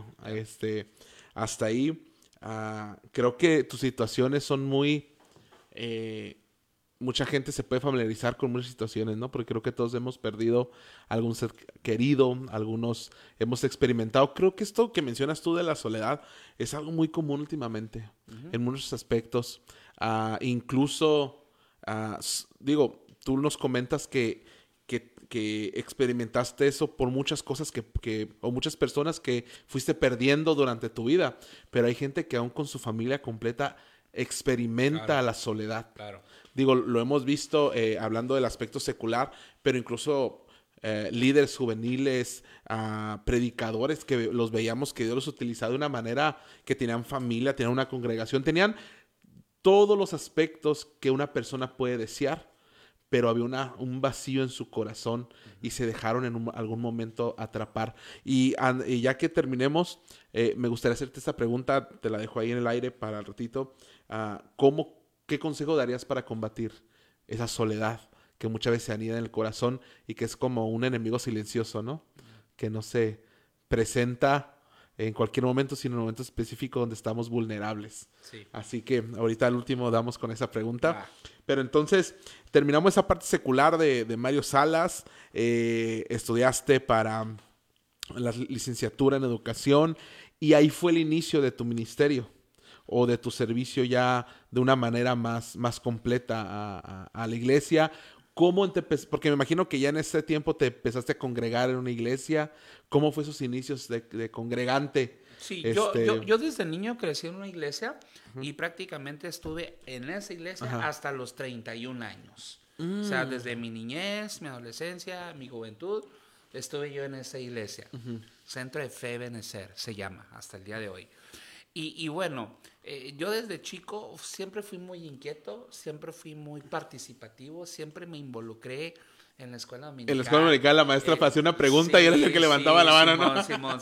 Hasta ahí. Creo que tus situaciones son muy... mucha gente se puede familiarizar con muchas situaciones, ¿no? Porque creo que todos hemos perdido algún ser querido, algunos hemos experimentado. Creo que esto que mencionas tú de la soledad es algo muy común últimamente, en muchos aspectos. Incluso, tú nos comentas que experimentaste eso por muchas cosas o muchas personas que fuiste perdiendo durante tu vida, pero hay gente que aún con su familia completa experimenta la soledad. Claro. Lo hemos visto hablando del aspecto secular, pero incluso líderes juveniles, predicadores que los veíamos que Dios los utilizaba de una manera que tenían familia, tenían una congregación, tenían todos los aspectos que una persona puede desear, pero había un vacío en su corazón y se dejaron en algún momento atrapar. Y ya que terminemos, me gustaría hacerte esta pregunta, te la dejo ahí en el aire para el ratito. ¿Qué consejo darías para combatir esa soledad que muchas veces se anida en el corazón y que es como un enemigo silencioso, ¿no? Que no se presenta en cualquier momento, sino en un momento específico donde estamos vulnerables. Sí. Así que ahorita al último damos con esa pregunta. Pero entonces terminamos esa parte secular de Mario Salas. Estudiaste para la licenciatura en educación y ahí fue el inicio de tu ministerio o de tu servicio ya de una manera más completa a la iglesia. ¿Cómo porque me imagino que ya en ese tiempo te empezaste a congregar en una iglesia? ¿Cómo fue esos inicios de congregante? Sí, yo desde niño crecí en una iglesia y prácticamente estuve en esa iglesia hasta los 31 años. O sea, desde mi niñez, mi adolescencia, mi juventud, estuve yo en esa iglesia. Centro de Fe Benecer se llama hasta el día de hoy. Y bueno, yo desde chico siempre fui muy inquieto, siempre fui muy participativo, siempre me involucré en la escuela dominical. En la escuela dominical la maestra hacía una pregunta y eres el que levantaba la mano, ¿no? Simón.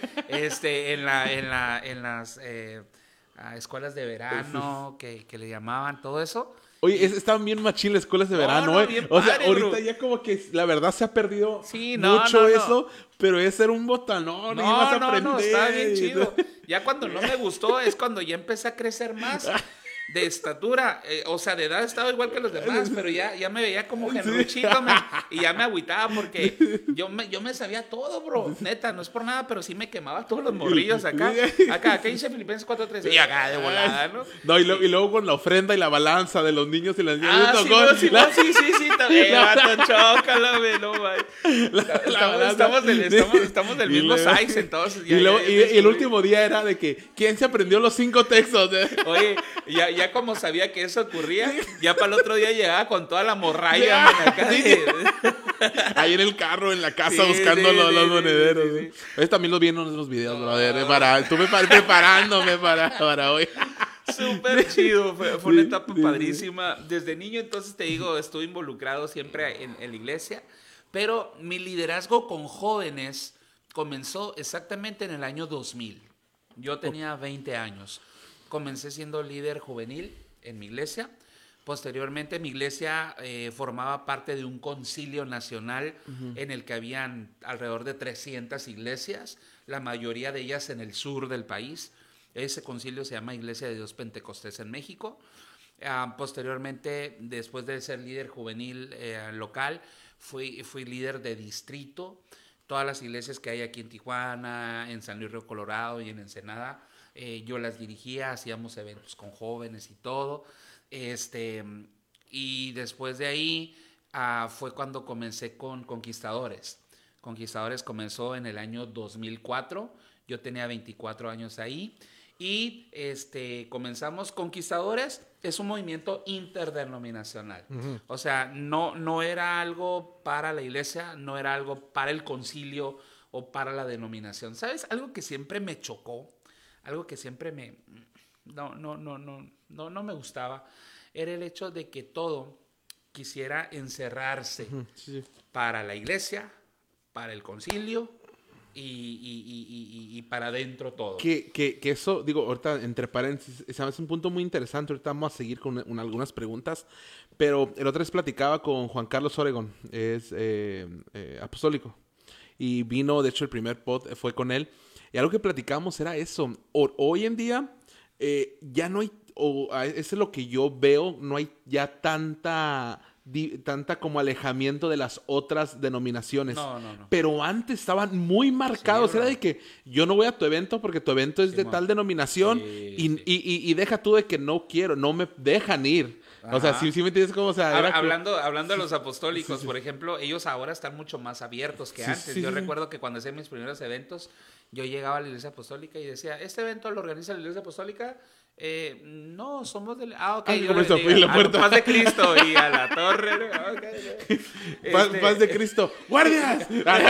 En las escuelas de verano que le llamaban, todo eso. Oye, estaban bien machín las escuelas de verano, bien o sea, padre, ahorita bro. Ya como que la verdad se ha perdido mucho eso, pero es ser un botanón y vas a aprender. No, está bien chido. Ya cuando no me gustó es cuando ya empecé a crecer más de estatura, o sea, de edad estaba igual que los demás, pero ya me veía como genruchito, y ya me agüitaba porque yo me sabía todo, bro, neta, no es por nada, pero sí me quemaba todos los morrillos acá dice Filipenses 4:13, y acá de volada, ¿no? No, y luego con la ofrenda y la balanza de los niños y las niñas. Sí, vato, chócala, güey, no, güey. Estamos del mismo size, entonces. Y el último día era de que, ¿quién se aprendió los 5 textos? Oye, ya como sabía que eso ocurría, ya para el otro día llegaba con toda la morralla, man, acá. Ahí en el carro, en la casa, buscando los monederos. Ellos también los vi en los videos, brother. Estuve preparándome para hoy. Súper chido, fue una etapa padrísima. Desde niño, entonces te digo, estuve involucrado siempre en la iglesia, pero mi liderazgo con jóvenes comenzó exactamente en el año 2000. Yo tenía 20 años. Comencé siendo líder juvenil en mi iglesia. Posteriormente, mi iglesia formaba parte de un concilio nacional en el que habían alrededor de 300 iglesias, la mayoría de ellas en el sur del país. Ese concilio se llama Iglesia de Dios Pentecostés en México. Posteriormente, después de ser líder juvenil local, fui líder de distrito. Todas las iglesias que hay aquí en Tijuana, en San Luis Río Colorado y en Ensenada, yo las dirigía, hacíamos eventos con jóvenes y todo. Y después de ahí fue cuando comencé con Conquistadores. Conquistadores comenzó en el año 2004. Yo tenía 24 años ahí. Y comenzamos. Conquistadores es un movimiento interdenominacional. O sea, no era algo para la iglesia, no era algo para el concilio o para la denominación. ¿Sabes? Algo que siempre me chocó, algo que siempre no me gustaba, era el hecho de que todo quisiera encerrarse para la iglesia, para el concilio y para adentro todo. Que eso, digo, ahorita entre paréntesis, es un punto muy interesante. Ahorita vamos a seguir con algunas preguntas, pero el otro vez platicaba con Juan Carlos Oregón, es apostólico, y vino, de hecho el primer pod fue con él, y algo que platicábamos era eso. Hoy en día ya no hay, eso es lo que yo veo, no hay ya tanta como alejamiento de las otras denominaciones. No. Pero antes estaban muy marcados. Era de que yo no voy a tu evento porque tu evento es de tal denominación y deja tú de que no quiero, no me dejan ir. Ajá. O sea, sí me entiendes cómo, o sea, hablando de los apostólicos, por ejemplo, ellos ahora están mucho más abiertos que antes. Yo recuerdo que cuando hacía mis primeros eventos, yo llegaba a la iglesia apostólica y decía, ¿este evento lo organiza la iglesia apostólica? No, somos del... ok, paz de Cristo y a la torre. Okay. Paz de Cristo. ¡Guardias!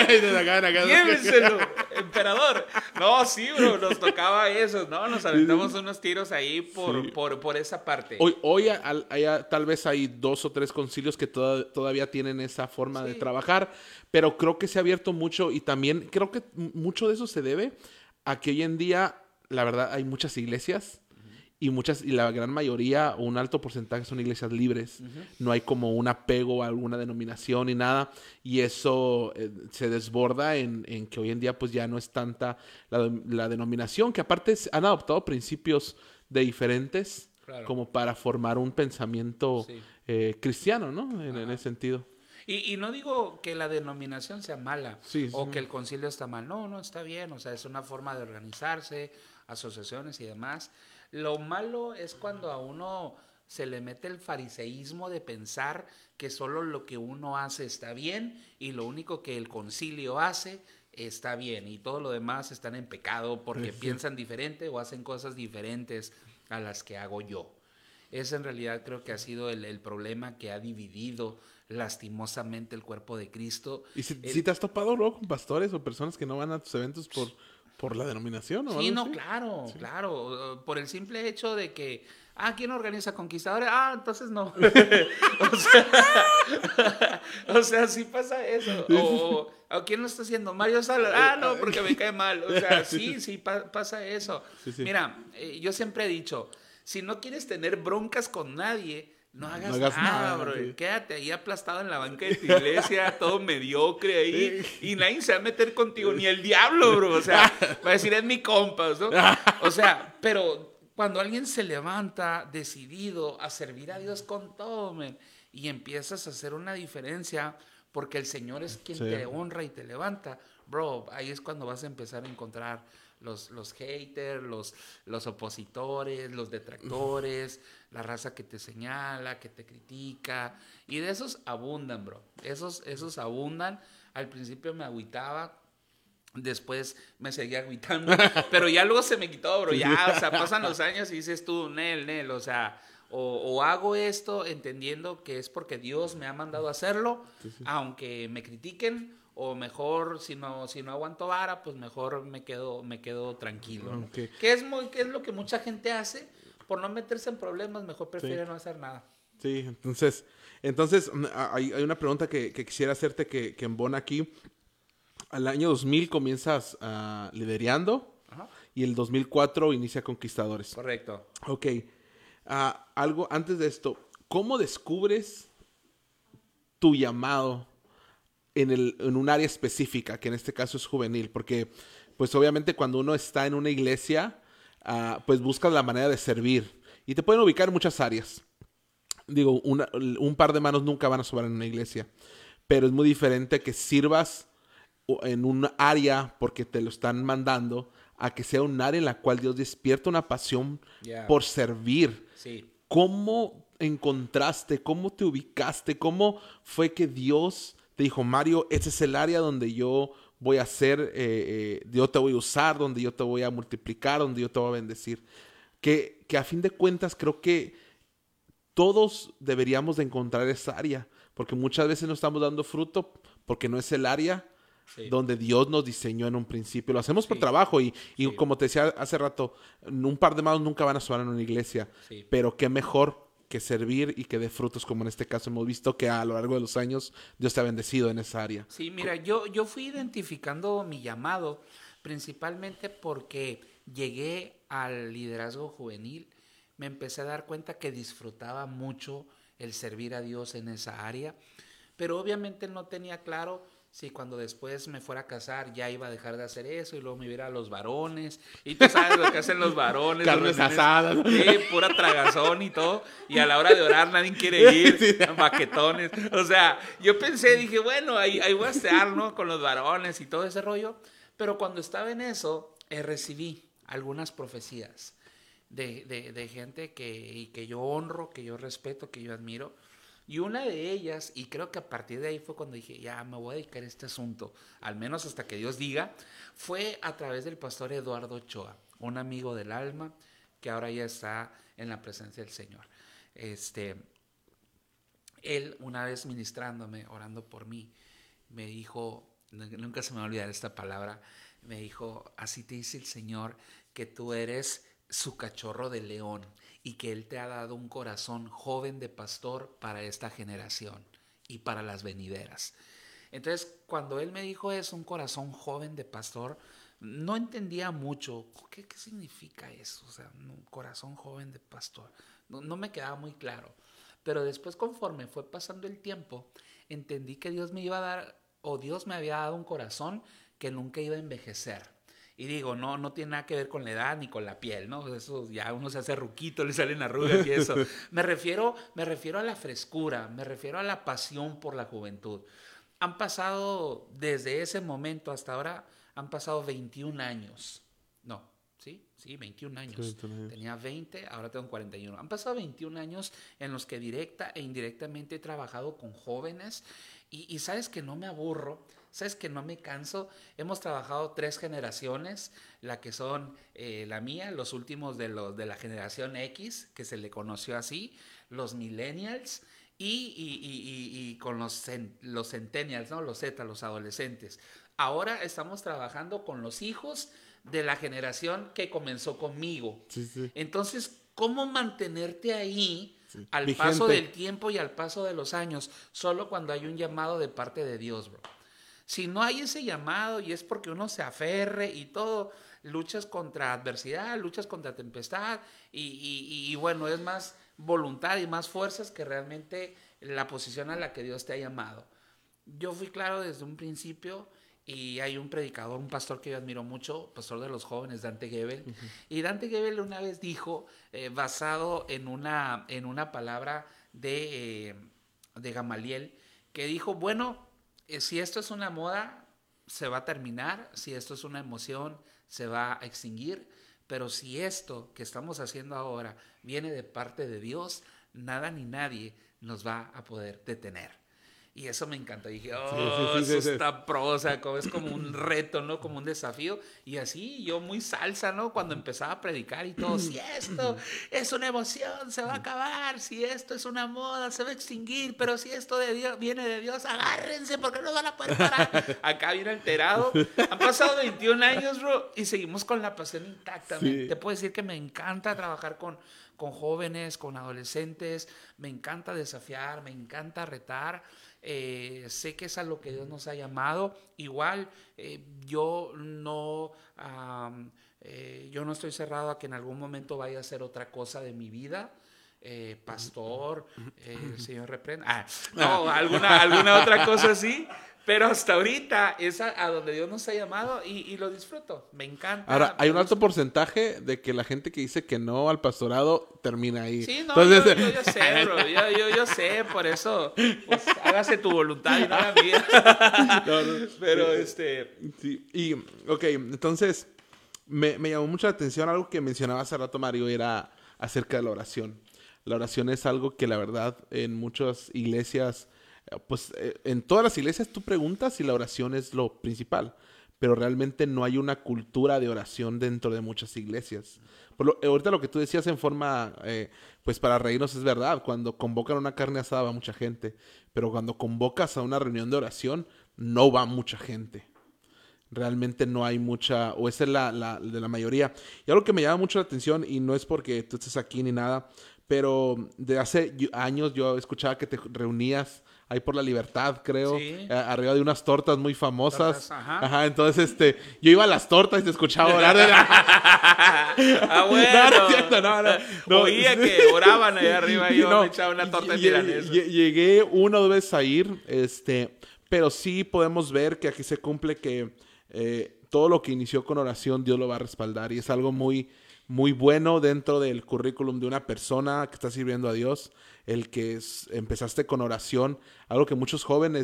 ¡Llévenselo, emperador! No, sí, bro, nos tocaba eso, ¿no? Nos aventamos unos tiros ahí por esa parte. Hoy tal vez hay 2 o 3 concilios que todavía tienen esa forma de trabajar, pero creo que se ha abierto mucho, y también creo que mucho de eso se debe a que hoy en día, la verdad, hay muchas iglesias. Y la gran mayoría, un alto porcentaje, son iglesias libres. No hay como un apego a alguna denominación ni nada. Y eso se desborda en que hoy en día pues ya no es tanta la denominación, que aparte han adoptado principios de diferentes como para formar un pensamiento cristiano, ¿no? En ese sentido. Y no digo que la denominación sea mala o que el concilio está mal. No, está bien. O sea, es una forma de organizarse, asociaciones y demás. Lo malo es cuando a uno se le mete el fariseísmo de pensar que solo lo que uno hace está bien y lo único que el concilio hace está bien y todo lo demás están en pecado porque piensan diferente o hacen cosas diferentes a las que hago yo. Ese en realidad creo que ha sido el problema que ha dividido lastimosamente el cuerpo de Cristo. ¿Y si te has topado luego con pastores o personas que no van a tus eventos por la denominación o algo así? Claro. Por el simple hecho de que, ¿quién organiza Conquistadores? Entonces no. o sea, sí pasa eso. O ¿quién lo está haciendo? Mario Salas. No, porque me cae mal. O sea, sí pasa eso. Sí. Mira, yo siempre he dicho, si no quieres tener broncas con nadie, no hagas nada, bro. Sí. Quédate ahí aplastado en la banca de tu iglesia, todo mediocre ahí, y nadie se va a meter contigo, ni el diablo, bro. O sea, va a decir, es mi compa, ¿no? O sea, pero cuando alguien se levanta decidido a servir a Dios con todo, man, y empiezas a hacer una diferencia, porque el Señor es quien Sí. te honra y te levanta, bro, ahí es cuando vas a empezar a encontrar los haters, los opositores, los detractores, la raza que te señala, que te critica, y de esos abundan, bro, esos abundan. Al principio me agüitaba, después me seguía agüitando, pero ya luego se me quitó, bro, ya, o sea, pasan los años y dices tú, Nel, o sea, o hago esto entendiendo que es porque Dios me ha mandado a hacerlo, aunque me critiquen, o mejor, si no aguanto vara, pues mejor me quedo tranquilo, ¿no? Okay. Que es lo que mucha gente hace, por no meterse en problemas, mejor prefiere no hacer nada. Sí, entonces hay una pregunta que quisiera hacerte que embona aquí. Al año 2000 comienzas liderando Ajá. y el 2004 inicia Conquistadores. Correcto. Ok. Algo antes de esto, ¿cómo descubres tu llamado en un área específica, que en este caso es juvenil? Porque, pues obviamente cuando uno está en una iglesia, pues buscas la manera de servir. Y te pueden ubicar en muchas áreas. Digo, un par de manos nunca van a sobrar en una iglesia. Pero es muy diferente que sirvas en un área porque te lo están mandando, a que sea un área en la cual Dios despierta una pasión por servir. Sí. ¿Cómo encontraste, cómo te ubicaste, cómo fue que Dios te dijo, Mario, ese es el área donde yo voy a hacer, yo te voy a usar, donde yo te voy a multiplicar, donde yo te voy a bendecir? Que a fin de cuentas creo que todos deberíamos de encontrar esa área, porque muchas veces no estamos dando fruto porque no es el área donde Dios nos diseñó en un principio. Lo hacemos por trabajo y como te decía hace rato, un par de manos nunca van a sonar en una iglesia, pero qué mejor que servir y que dé frutos, como en este caso hemos visto que a lo largo de los años Dios te ha bendecido en esa área. Sí, mira, yo fui identificando mi llamado principalmente porque llegué al liderazgo juvenil, me empecé a dar cuenta que disfrutaba mucho el servir a Dios en esa área, pero obviamente no tenía claro si cuando después me fuera a casar ya iba a dejar de hacer eso y luego me iba a los varones. Y tú sabes lo que hacen los varones. Carnes asadas. Sí, pura tragazón y todo. Y a la hora de orar nadie quiere ir. Baquetones. O sea, yo pensé, dije, bueno, ahí voy a estar, ¿no? Con los varones y todo ese rollo. Pero cuando estaba en eso, recibí algunas profecías de gente que yo honro, que yo respeto, que yo admiro. Y una de ellas, y creo que a partir de ahí fue cuando dije, ya me voy a dedicar a este asunto, al menos hasta que Dios diga, fue a través del pastor Eduardo Ochoa, un amigo del alma que ahora ya está en la presencia del Señor. Él, una vez ministrándome, orando por mí, me dijo, nunca se me va a olvidar esta palabra, me dijo, así te dice el Señor, que tú eres su cachorro de león y que Él te ha dado un corazón joven de pastor para esta generación y para las venideras. Entonces, cuando Él me dijo eso, un corazón joven de pastor, no entendía mucho. ¿Qué significa eso? O sea, un corazón joven de pastor. No me quedaba muy claro. Pero después, conforme fue pasando el tiempo, entendí que Dios me iba a dar, o Dios me había dado un corazón que nunca iba a envejecer. Y digo, no tiene nada que ver con la edad ni con la piel, ¿no? Eso ya uno se hace ruquito, le salen arrugas y eso. Me refiero a la frescura, me refiero a la pasión por la juventud. Han pasado, desde ese momento hasta ahora, han pasado 21 años. No, ¿sí? Sí, 21 años. Tenía 20, ahora tengo 41. Han pasado 21 años en los que directa e indirectamente he trabajado con jóvenes y sabes que no me aburro. ¿Sabes que no me canso? Hemos trabajado 3 generaciones, la que son la mía, los últimos de la generación X, que se le conoció así, los millennials y con los centennials, ¿no? Los Z, los adolescentes. Ahora estamos trabajando con los hijos de la generación que comenzó conmigo. Sí. Entonces, ¿cómo mantenerte ahí al vigente paso del tiempo y al paso de los años? Solo cuando hay un llamado de parte de Dios, bro. Si no hay ese llamado y es porque uno se aferre y todo, luchas contra adversidad, luchas contra tempestad y bueno, es más voluntad y más fuerzas que realmente la posición a la que Dios te ha llamado. Yo fui claro desde un principio y hay un predicador, un pastor que yo admiro mucho, pastor de los jóvenes, Dante Gebel. Y Dante Gebel una vez dijo, basado en una palabra de Gamaliel, que dijo, bueno, Si esto es una moda, se va a terminar. Si esto es una emoción, se va a extinguir. Pero si esto que estamos haciendo ahora viene de parte de Dios, nada ni nadie nos va a poder detener. Y eso me encanta. Dije, eso está pro, o sea, es como un reto, ¿no? Como un desafío. Y así yo muy salsa, ¿no? Cuando empezaba a predicar y todo, si esto es una emoción, se va a acabar. Si esto es una moda, se va a extinguir. Pero si esto de Dios, viene de Dios, agárrense porque no van a poder parar. Acá bien alterado. Han pasado 21 años, bro, y seguimos con la pasión intacta. Sí. Te puedo decir que me encanta trabajar con jóvenes, con adolescentes. Me encanta desafiar, me encanta retar. Sé que es a lo que Dios nos ha llamado. Igual yo no estoy cerrado a que en algún momento vaya a hacer otra cosa de mi vida. Pastor, el Señor reprenda. No, alguna otra cosa así. Pero hasta ahorita es a donde Dios nos ha llamado y lo disfruto. Me encanta. Ahora, hay un alto porcentaje de que la gente que dice que no al pastorado termina ahí. Sí, no, entonces... yo sé, bro. Yo sé, por eso, pues, hágase tu voluntad y no la mía. No. Pero, Sí, y, ok, entonces, me llamó mucho la atención algo que mencionaba hace rato, Mario, era acerca de la oración. La oración es algo que, la verdad, en muchas iglesias... Pues en todas las iglesias tú preguntas si la oración es lo principal, pero realmente no hay una cultura de oración dentro de muchas iglesias. Ahorita lo que tú decías en forma, pues para reírnos es verdad, cuando convocan una carne asada va mucha gente, pero cuando convocas a una reunión de oración no va mucha gente. Realmente no hay mucha, o esa es de la mayoría. Y algo que me llama mucho la atención, y no es porque tú estés aquí ni nada, pero de hace años yo escuchaba que te reunías ahí por la Libertad, creo, sí. Arriba de unas tortas muy famosas. Tortas, ajá. Entonces, yo iba a las tortas y te escuchaba orar. Bueno. No es cierto, no. Oía que oraban ahí arriba y yo me echaba una torta de milanesa. Llegué 1 o 2 veces a ir, pero sí podemos ver que aquí se cumple que todo lo que inició con oración, Dios lo va a respaldar. Y es algo muy, muy bueno dentro del currículum de una persona que está sirviendo a Dios. El que empezaste con oración, algo que muchos jóvenes,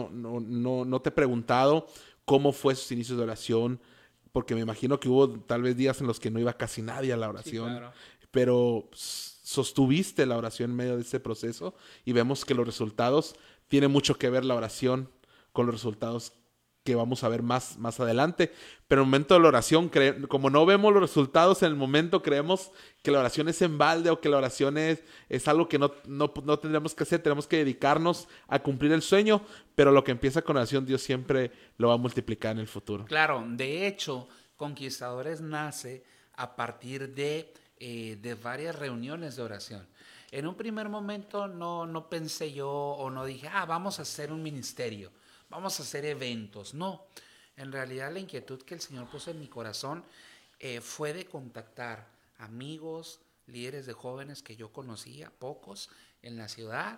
no te he preguntado cómo fue sus inicios de oración, porque me imagino que hubo tal vez días en los que no iba casi nadie a la oración, sí, claro. Pero sostuviste la oración en medio de ese proceso y vemos que los resultados, tiene mucho que ver la oración con los resultados que vamos a ver más adelante, pero en el momento de la oración, como no vemos los resultados en el momento, creemos que la oración es en balde o que la oración es algo que no tendremos que hacer, tenemos que dedicarnos a cumplir el sueño, pero lo que empieza con oración, Dios siempre lo va a multiplicar en el futuro. Claro, de hecho, Conquistadores nace a partir de varias reuniones de oración. En un primer momento no pensé yo o no dije, vamos a hacer un ministerio. Vamos a hacer eventos. No, en realidad la inquietud que el Señor puso en mi corazón fue de contactar amigos, líderes de jóvenes que yo conocía, pocos, en la ciudad,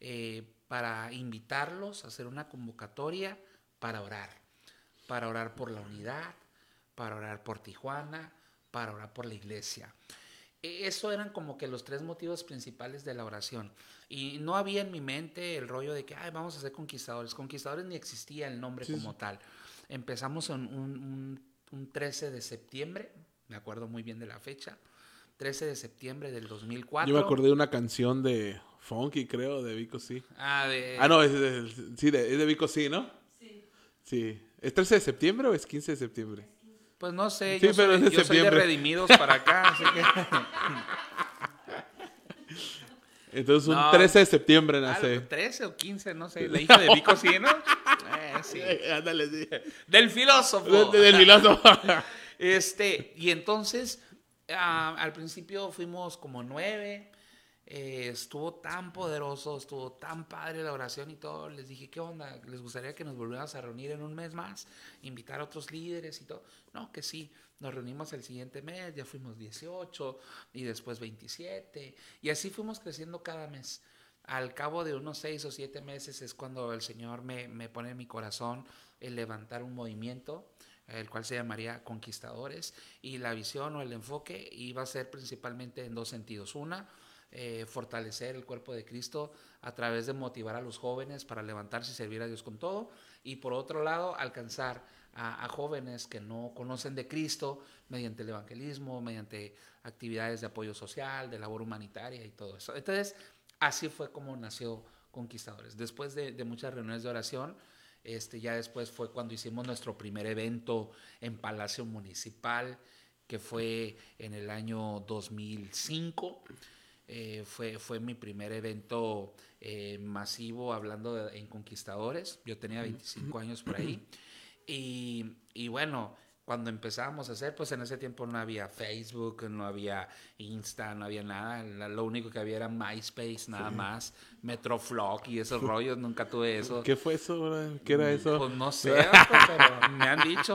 para invitarlos a hacer una convocatoria para orar por la unidad, para orar por Tijuana, para orar por la iglesia. Eso eran como que los 3 motivos principales de la oración. Y no había en mi mente el rollo de que vamos a ser conquistadores. Conquistadores ni existía el nombre como tal. Empezamos en un 13 de septiembre, me acuerdo muy bien de la fecha, 13 de septiembre del 2004. Yo me acordé de una canción de Funky, creo, de Vico C. No, es de Vico C, ¿no? Sí. ¿Es 13 de septiembre o es 15 de septiembre? Pues no sé, sí, yo soy de Redimidos para acá, así que... Entonces 13 de septiembre nace. 13 o 15, no sé, la hija de Vico sí, ¿no? Sí. Ándale, sí. Del filósofo. Del filósofo. Y entonces, al principio fuimos como 9. Estuvo tan poderoso, estuvo tan padre la oración y todo. Les dije, ¿qué onda? ¿Les gustaría que nos volviéramos a reunir en un mes más? Invitar a otros líderes y todo. No, que sí. Nos reunimos el siguiente mes, ya fuimos 18 y después 27. Y así fuimos creciendo cada mes. Al cabo de unos 6 o 7 meses es cuando el Señor me pone en mi corazón el levantar un movimiento, el cual se llamaría Conquistadores. Y la visión o el enfoque iba a ser principalmente en 2 sentidos. Una, fortalecer el cuerpo de Cristo a través de motivar a los jóvenes para levantarse y servir a Dios con todo. Y por otro lado, alcanzar a jóvenes que no conocen de Cristo mediante el evangelismo, mediante actividades de apoyo social, de labor humanitaria y todo eso. Entonces, así fue como nació Conquistadores. Después de muchas reuniones de oración, ya después fue cuando hicimos nuestro primer evento en Palacio Municipal, que fue en el año 2005. Fue mi primer evento masivo hablando en Conquistadores. Yo tenía 25 años por ahí. Y bueno, cuando empezábamos a hacer, pues en ese tiempo no había Facebook, no había Insta, no había nada. Lo único que había era MySpace, nada más. Metroflog y esos rollos, nunca tuve eso. ¿Qué fue eso, bro? ¿Qué era eso? Pues no sé, pero me han dicho.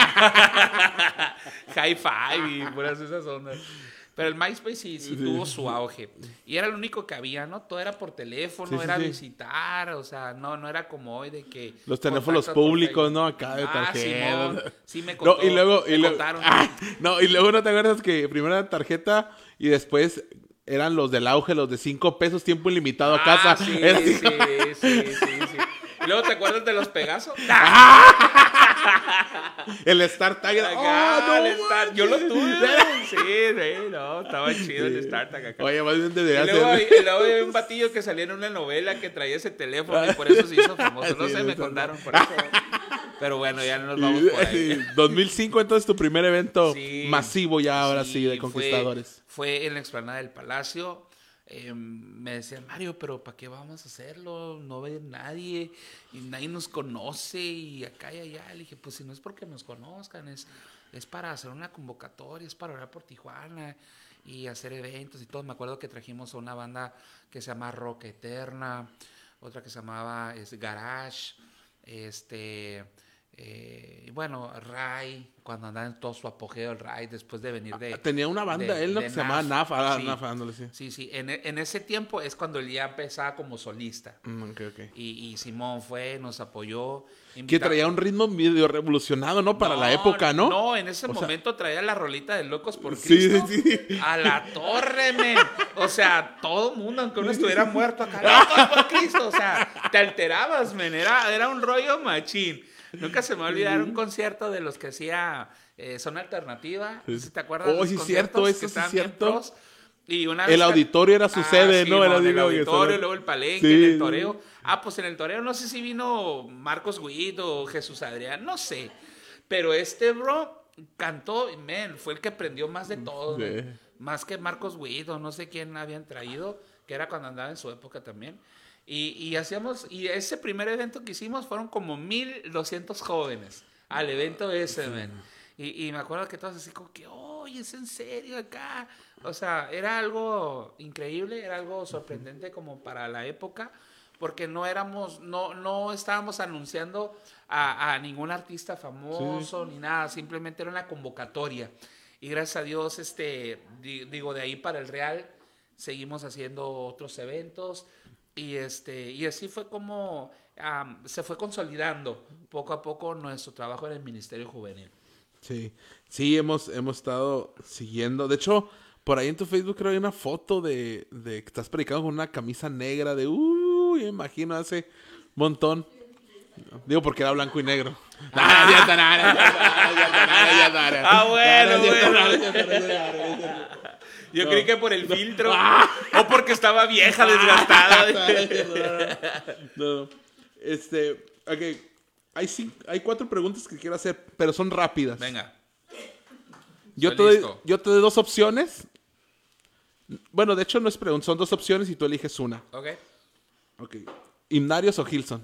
High Five y puras esas ondas. Pero el MySpace sí tuvo su auge. Y era lo único que había, ¿no? Todo era por teléfono, era visitar, o sea, no era como hoy de que... Los teléfonos públicos, ¿no? Acá de tarjeta. Simón, sí me contó, no, y luego, contaron. No, y luego no te acuerdas que primero era tarjeta y después eran los del auge, los de 5 pesos, tiempo ilimitado a casa. Sí. Y luego te acuerdas de los Pegasos. El StarTag era... el Star, yo lo tuve. Sí, no, estaba chido el StarTag acá. Oye, más bien debería ser. Y luego había un batillo que salía en una novela que traía ese teléfono y por eso se hizo famoso. No sé, me contaron por eso. Pero bueno, ya no nos vamos por ahí. 2005, entonces, tu primer evento masivo ya, ahora sí, de Conquistadores. Fue en la explanada del Palacio. Me decían, Mario, pero ¿para qué vamos a hacerlo? No ve nadie y nadie nos conoce y acá y allá. Le dije, pues si no es porque nos conozcan, es para hacer una convocatoria, es para orar por Tijuana y hacer eventos y todo. Me acuerdo que trajimos a una banda que se llama Rock Eterna, otra que se llamaba Garage, bueno, Ray, cuando andaba en todo su apogeo, el Ray, después de venir de... Tenía una banda, él, ¿no? Que se llamaba NAF. Sí. En ese tiempo es cuando él ya empezaba como solista. Okay. Y Simón nos apoyó. Que traía un ritmo medio revolucionado, ¿no? Para la época, ¿no? No, en ese momento traía la rolita de Locos por Cristo. Sí. A la torre, men. O sea, todo el mundo, aunque uno estuviera muerto acá, Locos por Cristo. O sea, te alterabas, men. Era un rollo machín. Nunca se me va a olvidar un concierto de los que hacía Zona Alternativa. ¿Sí te acuerdas? Oh, sí, cierto, eso sí es cierto. Y una vez el auditorio era su sede, ¿no? Era el auditorio, luego el palenque, en el toreo. Pues en el toreo no sé si vino Marcos Guido o Jesús Adrián, no sé. Pero bro cantó, fue el que aprendió más de todo. Más que Marcos Guido, no sé quién habían traído, que era cuando andaba en su época también. Y ese primer evento que hicimos fueron como 1,200 jóvenes al evento ese, Y me acuerdo que todos así como que, oye, ¿es en serio acá? O sea, era algo increíble, era algo sorprendente como para la época, porque no estábamos anunciando a ningún artista famoso ni nada, simplemente era una convocatoria. Y gracias a Dios, de ahí para el Real, seguimos haciendo otros eventos. Y así fue como se fue consolidando poco a poco nuestro trabajo en el Ministerio Juvenil. Sí, hemos estado siguiendo. De hecho, por ahí en tu Facebook creo que hay una foto de que estás predicando con una camisa negra de... imagino hace un montón. Digo porque era blanco y negro. Bueno. Yo creí que por el filtro o porque estaba vieja, desgastada. No. Ok. Hay 4 preguntas que quiero hacer, pero son rápidas. Venga. Yo te doy 2 opciones. Bueno, de hecho no es pregunta, son 2 opciones y tú eliges una. Ok. ¿Himnarios o Hillsong?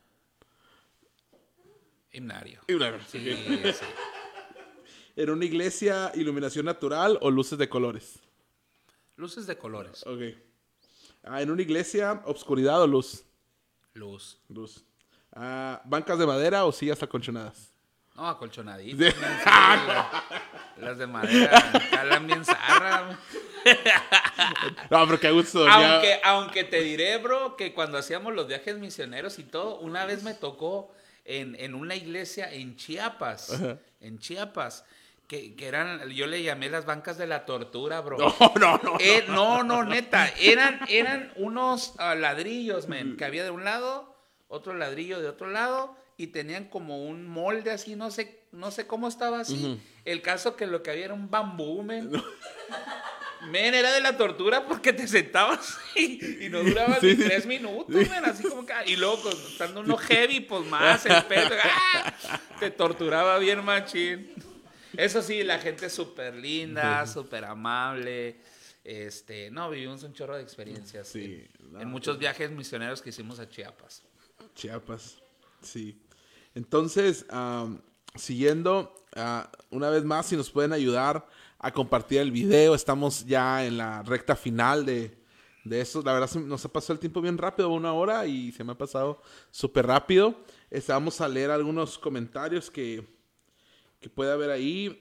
Himnario. Sí. ¿En una iglesia, iluminación natural o luces de colores? Luces de colores. Ok. ¿En una iglesia, obscuridad o luz? Luz. ¿Bancas de madera o sillas acolchonadas? No, acolchonaditas. Las de madera calan bien zarra. No, pero qué gusto. Aunque te diré, bro, que cuando hacíamos los viajes misioneros y todo, una vez me tocó en una iglesia en Chiapas. que eran, yo le llamé las bancas de la tortura, bro. No, neta, eran unos ladrillos, men, que había de un lado, otro ladrillo de otro lado, y tenían como un molde así, no sé cómo estaba así. El caso que lo que había era un bambú, men. Men, era de la tortura porque te sentabas y no duraba ni 3 minutos, men, así como que... Y luego, estando uno heavy, pues más el pedo, te torturaba bien machín. Eso sí, la gente es súper linda, súper amable. No, vivimos un chorro de experiencias. Sí, en muchos viajes misioneros que hicimos a Chiapas. Chiapas, sí. Entonces, siguiendo, una vez más, si nos pueden ayudar a compartir el video. Estamos ya en la recta final de eso. La verdad, nos ha pasado el tiempo bien rápido, 1 hora, y se me ha pasado súper rápido. Vamos a leer algunos comentarios que puede haber ahí.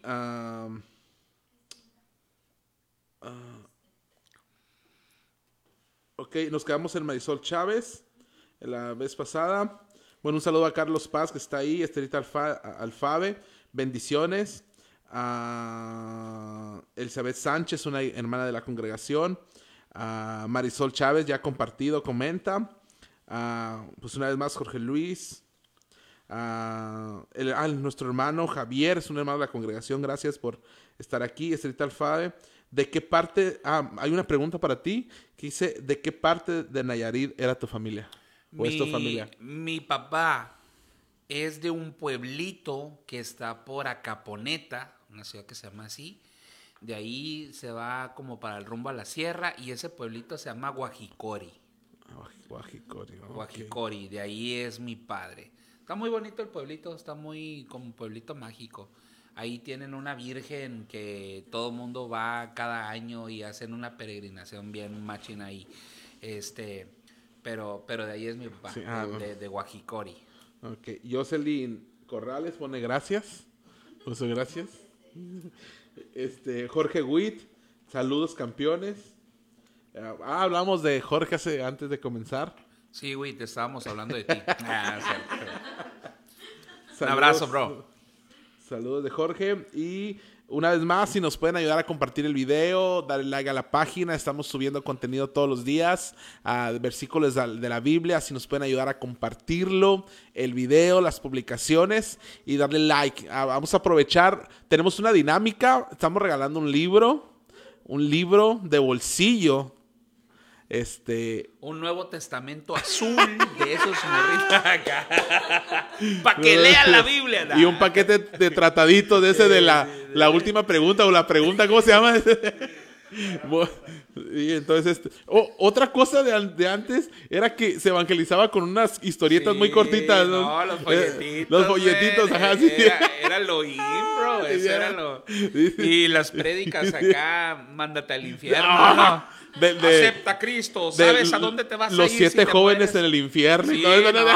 Ok, nos quedamos en Marisol Chávez la vez pasada. Bueno, un saludo a Carlos Paz, que está ahí. Estelita Alfabe, bendiciones. Elizabeth Sánchez, una hermana de la congregación. Marisol Chávez, ya compartido, comenta. Pues una vez más, Jorge Luis. Nuestro hermano Javier, es un hermano de la congregación. Gracias por estar aquí. Estelita Alfabe. ¿De qué parte? Hay una pregunta para ti que dice: ¿de qué parte de Nayarit era tu familia? ¿O es tu familia? Mi papá es de un pueblito que está por Acaponeta, una ciudad que se llama así. De ahí se va como para el rumbo a la sierra, y ese pueblito se llama Guajicori. Guajicori. Okay. Guajicori, de ahí es mi padre. Está muy bonito el pueblito, está muy como un pueblito mágico. Ahí tienen una virgen que todo mundo va cada año y hacen una peregrinación bien machina ahí. Pero de ahí es mi papá, sí, de Guajicori. Ok, Jocelyn Corrales pone gracias. Muchas gracias. Jorge Witt, saludos campeones. Hablamos de Jorge antes de comenzar. Sí, Witt, estábamos hablando de ti. Un abrazo, bro. Saludos de Jorge. Y una vez más, si nos pueden ayudar a compartir el video, darle like a la página. Estamos subiendo contenido todos los días, versículos de la Biblia. Si nos pueden ayudar a compartirlo, el video, las publicaciones, y darle like. Vamos a aprovechar. Tenemos una dinámica. Estamos regalando un libro de bolsillo. Un Nuevo Testamento azul de esos morritos acá. Para que lean la Biblia. Y un paquete de trataditos de ese de la última pregunta, o la pregunta, ¿cómo se llama? Y entonces, otra cosa de antes era que se evangelizaba con unas historietas muy cortitas, ¿no? No, los folletitos. Los folletitos, ajá, sí. Era lo in, bro. Eso era lo. Y las prédicas acá, mándate al infierno. No. Acepta a Cristo, ¿sabes a dónde te vas a ir? Los 7 jóvenes en el infierno. Sí,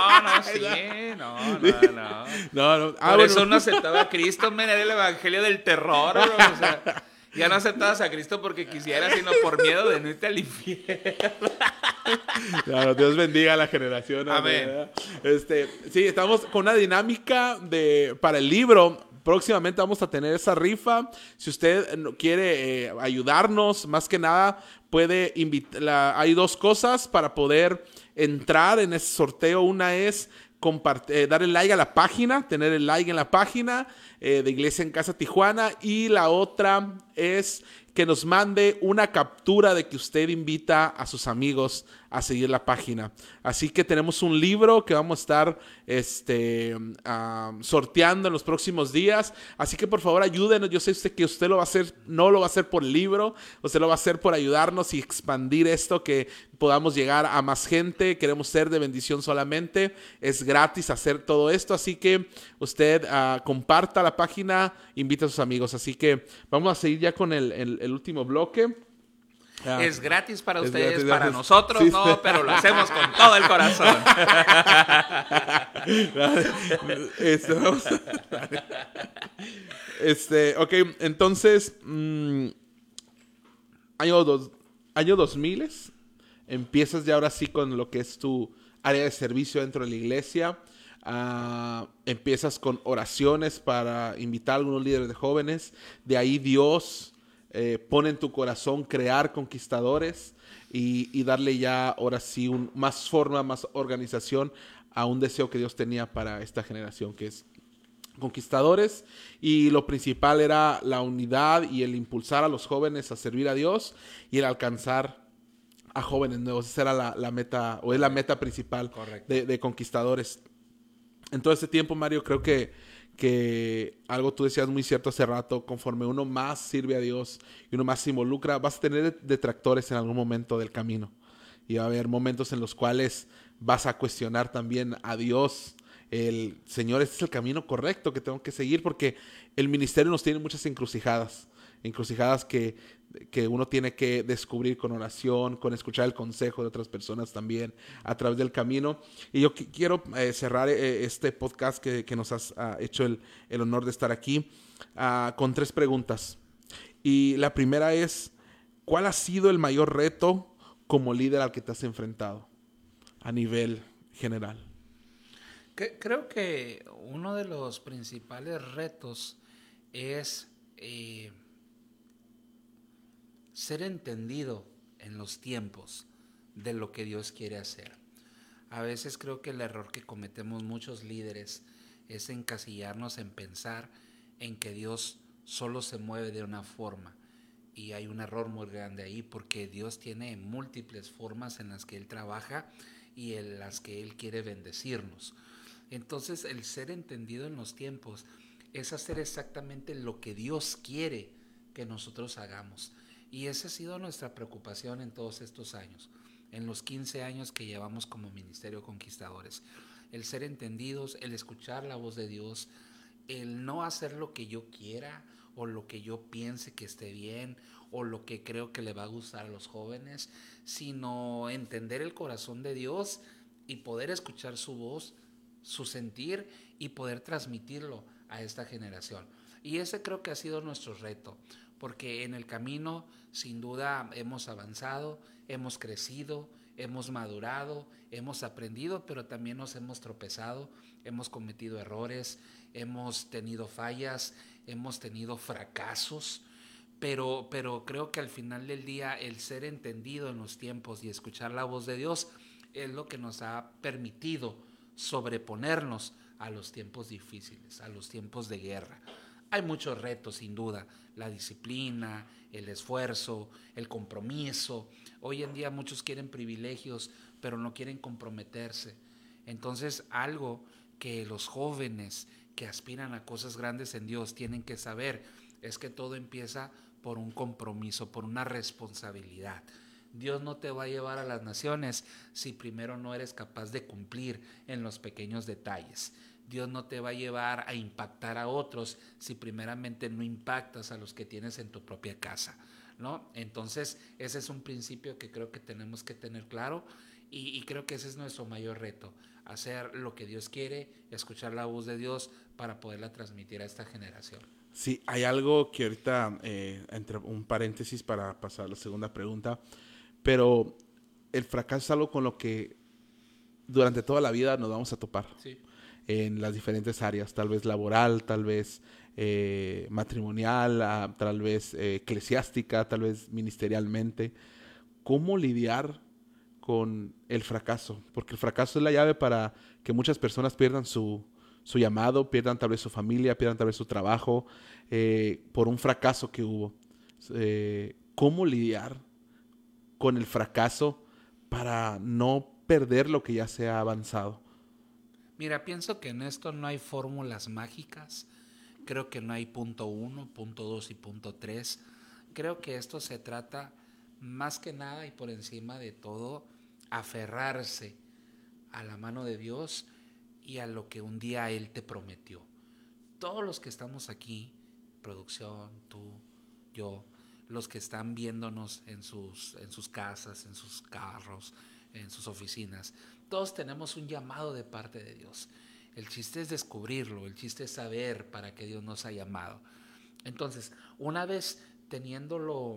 no. Por eso no aceptaba a Cristo, men, era el evangelio del terror, bro. O sea, ya no aceptabas a Cristo porque quisieras, sino por miedo de no irte al infierno. Claro, Dios bendiga a la generación. Amén. Sí, estamos con una dinámica para el libro. Próximamente vamos a tener esa rifa. Si usted quiere ayudarnos, más que nada, puede invitar. Hay 2 cosas para poder entrar en ese sorteo. Una es darle like a la página, tener el like en la página de Iglesia en Casa Tijuana. Y la otra es que nos mande una captura de que usted invita a sus amigos a seguir la página. Así que tenemos un libro que vamos a estar sorteando en los próximos días. Así que por favor ayúdenos. Yo sé que usted lo va a hacer, no lo va a hacer por el libro, usted lo va a hacer por ayudarnos y expandir esto, que podamos llegar a más gente. Queremos ser de bendición solamente. Es gratis hacer todo esto. Así que usted comparta la página, invita a sus amigos. Así que vamos a seguir ya con el último bloque. Es gratis para ustedes, para nosotros no, pero lo hacemos con todo el corazón. Ok, entonces, año 2000, empiezas ya ahora sí con lo que es tu área de servicio dentro de la iglesia. Empiezas con oraciones para invitar a algunos líderes de jóvenes. De ahí Dios pone en tu corazón crear conquistadores y darle ya ahora sí más forma, más organización a un deseo que Dios tenía para esta generación, que es conquistadores. Y lo principal era la unidad y el impulsar a los jóvenes a servir a Dios y el alcanzar a jóvenes nuevos. Esa era la meta, o es la meta principal de conquistadores. En todo este tiempo, Mario, creo que algo tú decías muy cierto hace rato: conforme uno más sirve a Dios y uno más se involucra, vas a tener detractores en algún momento del camino. Y va a haber momentos en los cuales vas a cuestionar también a Dios. El Señor, este es el camino correcto que tengo que seguir, porque el ministerio nos tiene muchas encrucijadas. Encrucijadas que uno tiene que descubrir con oración, con escuchar el consejo de otras personas también a través del camino. Y yo quiero cerrar este podcast que nos has hecho el honor de estar aquí con 3 preguntas. Y la primera es: ¿cuál ha sido el mayor reto como líder al que te has enfrentado a nivel general? Creo que uno de los principales retos es ser entendido en los tiempos de lo que Dios quiere hacer. A veces creo que el error que cometemos muchos líderes es encasillarnos en pensar en que Dios solo se mueve de una forma. Y hay un error muy grande ahí, porque Dios tiene múltiples formas en las que Él trabaja y en las que Él quiere bendecirnos. Entonces, el ser entendido en los tiempos es hacer exactamente lo que Dios quiere que nosotros hagamos. Y esa ha sido nuestra preocupación en todos estos años, en los 15 años que llevamos como Ministerio Conquistadores. El ser entendidos, el escuchar la voz de Dios, el no hacer lo que yo quiera o lo que yo piense que esté bien o lo que creo que le va a gustar a los jóvenes, sino entender el corazón de Dios y poder escuchar su voz, su sentir, y poder transmitirlo a esta generación. Y ese creo que ha sido nuestro reto, porque en el camino sin duda hemos avanzado, hemos crecido, hemos madurado, hemos aprendido, pero también nos hemos tropezado, hemos cometido errores, hemos tenido fallas, hemos tenido fracasos, pero creo que al final del día el ser entendido en los tiempos y escuchar la voz de Dios es lo que nos ha permitido sobreponernos a los tiempos difíciles, a los tiempos de guerra. Hay muchos retos, sin duda: la disciplina, el esfuerzo, el compromiso. Hoy en día muchos quieren privilegios, pero no quieren comprometerse. Entonces, algo que los jóvenes que aspiran a cosas grandes en Dios tienen que saber es que todo empieza por un compromiso, por una responsabilidad. Dios no te va a llevar a las naciones si primero no eres capaz de cumplir en los pequeños detalles. Dios no te va a llevar a impactar a otros si primeramente no impactas a los que tienes en tu propia casa, ¿no? Entonces, ese es un principio que creo que tenemos que tener claro, y creo que ese es nuestro mayor reto: hacer lo que Dios quiere, escuchar la voz de Dios para poderla transmitir a esta generación. Sí, hay algo que ahorita, entre un paréntesis para pasar a la segunda pregunta, pero el fracaso es algo con lo que durante toda la vida nos vamos a topar. Sí. En las diferentes áreas, tal vez laboral, tal vez matrimonial, tal vez eclesiástica, tal vez ministerialmente. ¿Cómo lidiar con el fracaso? Porque el fracaso es la llave para que muchas personas pierdan su llamado, pierdan tal vez su familia, pierdan tal vez su trabajo, por un fracaso que hubo. ¿Cómo lidiar con el fracaso para no perder lo que ya se ha avanzado? Mira, pienso que en esto no hay fórmulas mágicas. Creo que no hay punto 1, punto 2 y punto 3. Creo que esto se trata, más que nada y por encima de todo, aferrarse a la mano de Dios y a lo que un día Él te prometió. Todos los que estamos aquí, producción, tú, yo, los que están viéndonos en sus casas, en sus carros, en sus oficinas, todos tenemos un llamado de parte de Dios. El chiste es descubrirlo, el chiste es saber para qué Dios nos ha llamado. Entonces, una vez teniéndolo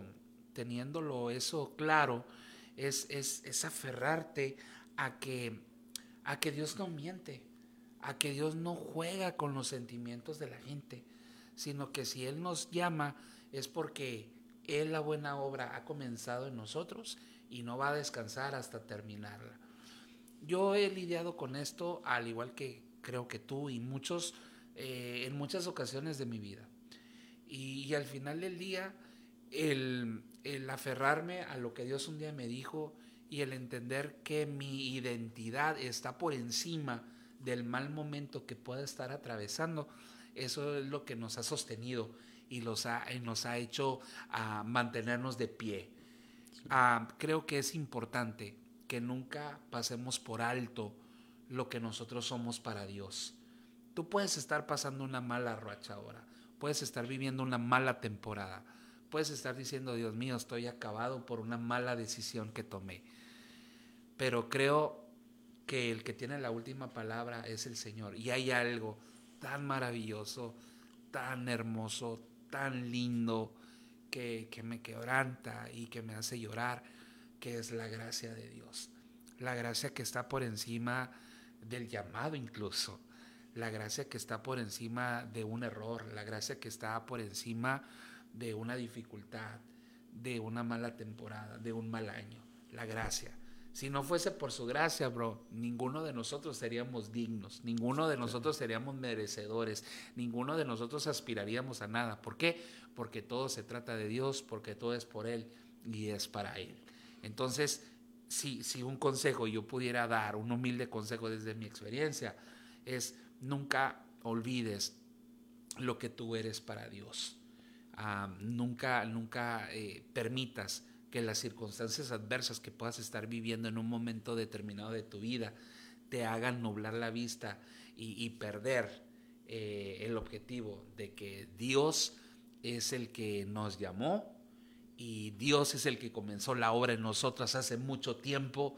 eso claro, es aferrarte a que Dios no miente, a que Dios no juega con los sentimientos de la gente, sino que si Él nos llama es porque Él la buena obra ha comenzado en nosotros y no va a descansar hasta terminarla. Yo he lidiado con esto al igual que creo que tú y muchos en muchas ocasiones de mi vida. Y al final del día, el aferrarme a lo que Dios un día me dijo y el entender que mi identidad está por encima del mal momento que pueda estar atravesando, eso es lo que nos ha sostenido y nos ha hecho mantenernos de pie. Creo que es importante que nunca pasemos por alto lo que nosotros somos para Dios. Tú puedes estar pasando una mala racha ahora, puedes estar viviendo una mala temporada, puedes estar diciendo, Dios mío, estoy acabado por una mala decisión que tomé. Pero creo que el que tiene la última palabra es el Señor. Y hay algo tan maravilloso, tan hermoso, tan lindo, que me quebranta y que me hace llorar, que es la gracia de Dios. La gracia que está por encima del llamado incluso. La gracia que está por encima de un error. La gracia que está por encima de una dificultad, de una mala temporada, de un mal año. La gracia. Si no fuese por su gracia, bro, ninguno de nosotros seríamos dignos, ninguno de nosotros seríamos merecedores, ninguno de nosotros aspiraríamos a nada. ¿Por qué? Porque todo se trata de Dios, porque todo es por Él y es para Él. Entonces, si un consejo yo pudiera dar, un humilde consejo desde mi experiencia, es nunca olvides lo que tú eres para Dios. Nunca permitas que las circunstancias adversas que puedas estar viviendo en un momento determinado de tu vida te hagan nublar la vista y perder el objetivo de que Dios es el que nos llamó y Dios es el que comenzó la obra en nosotros hace mucho tiempo.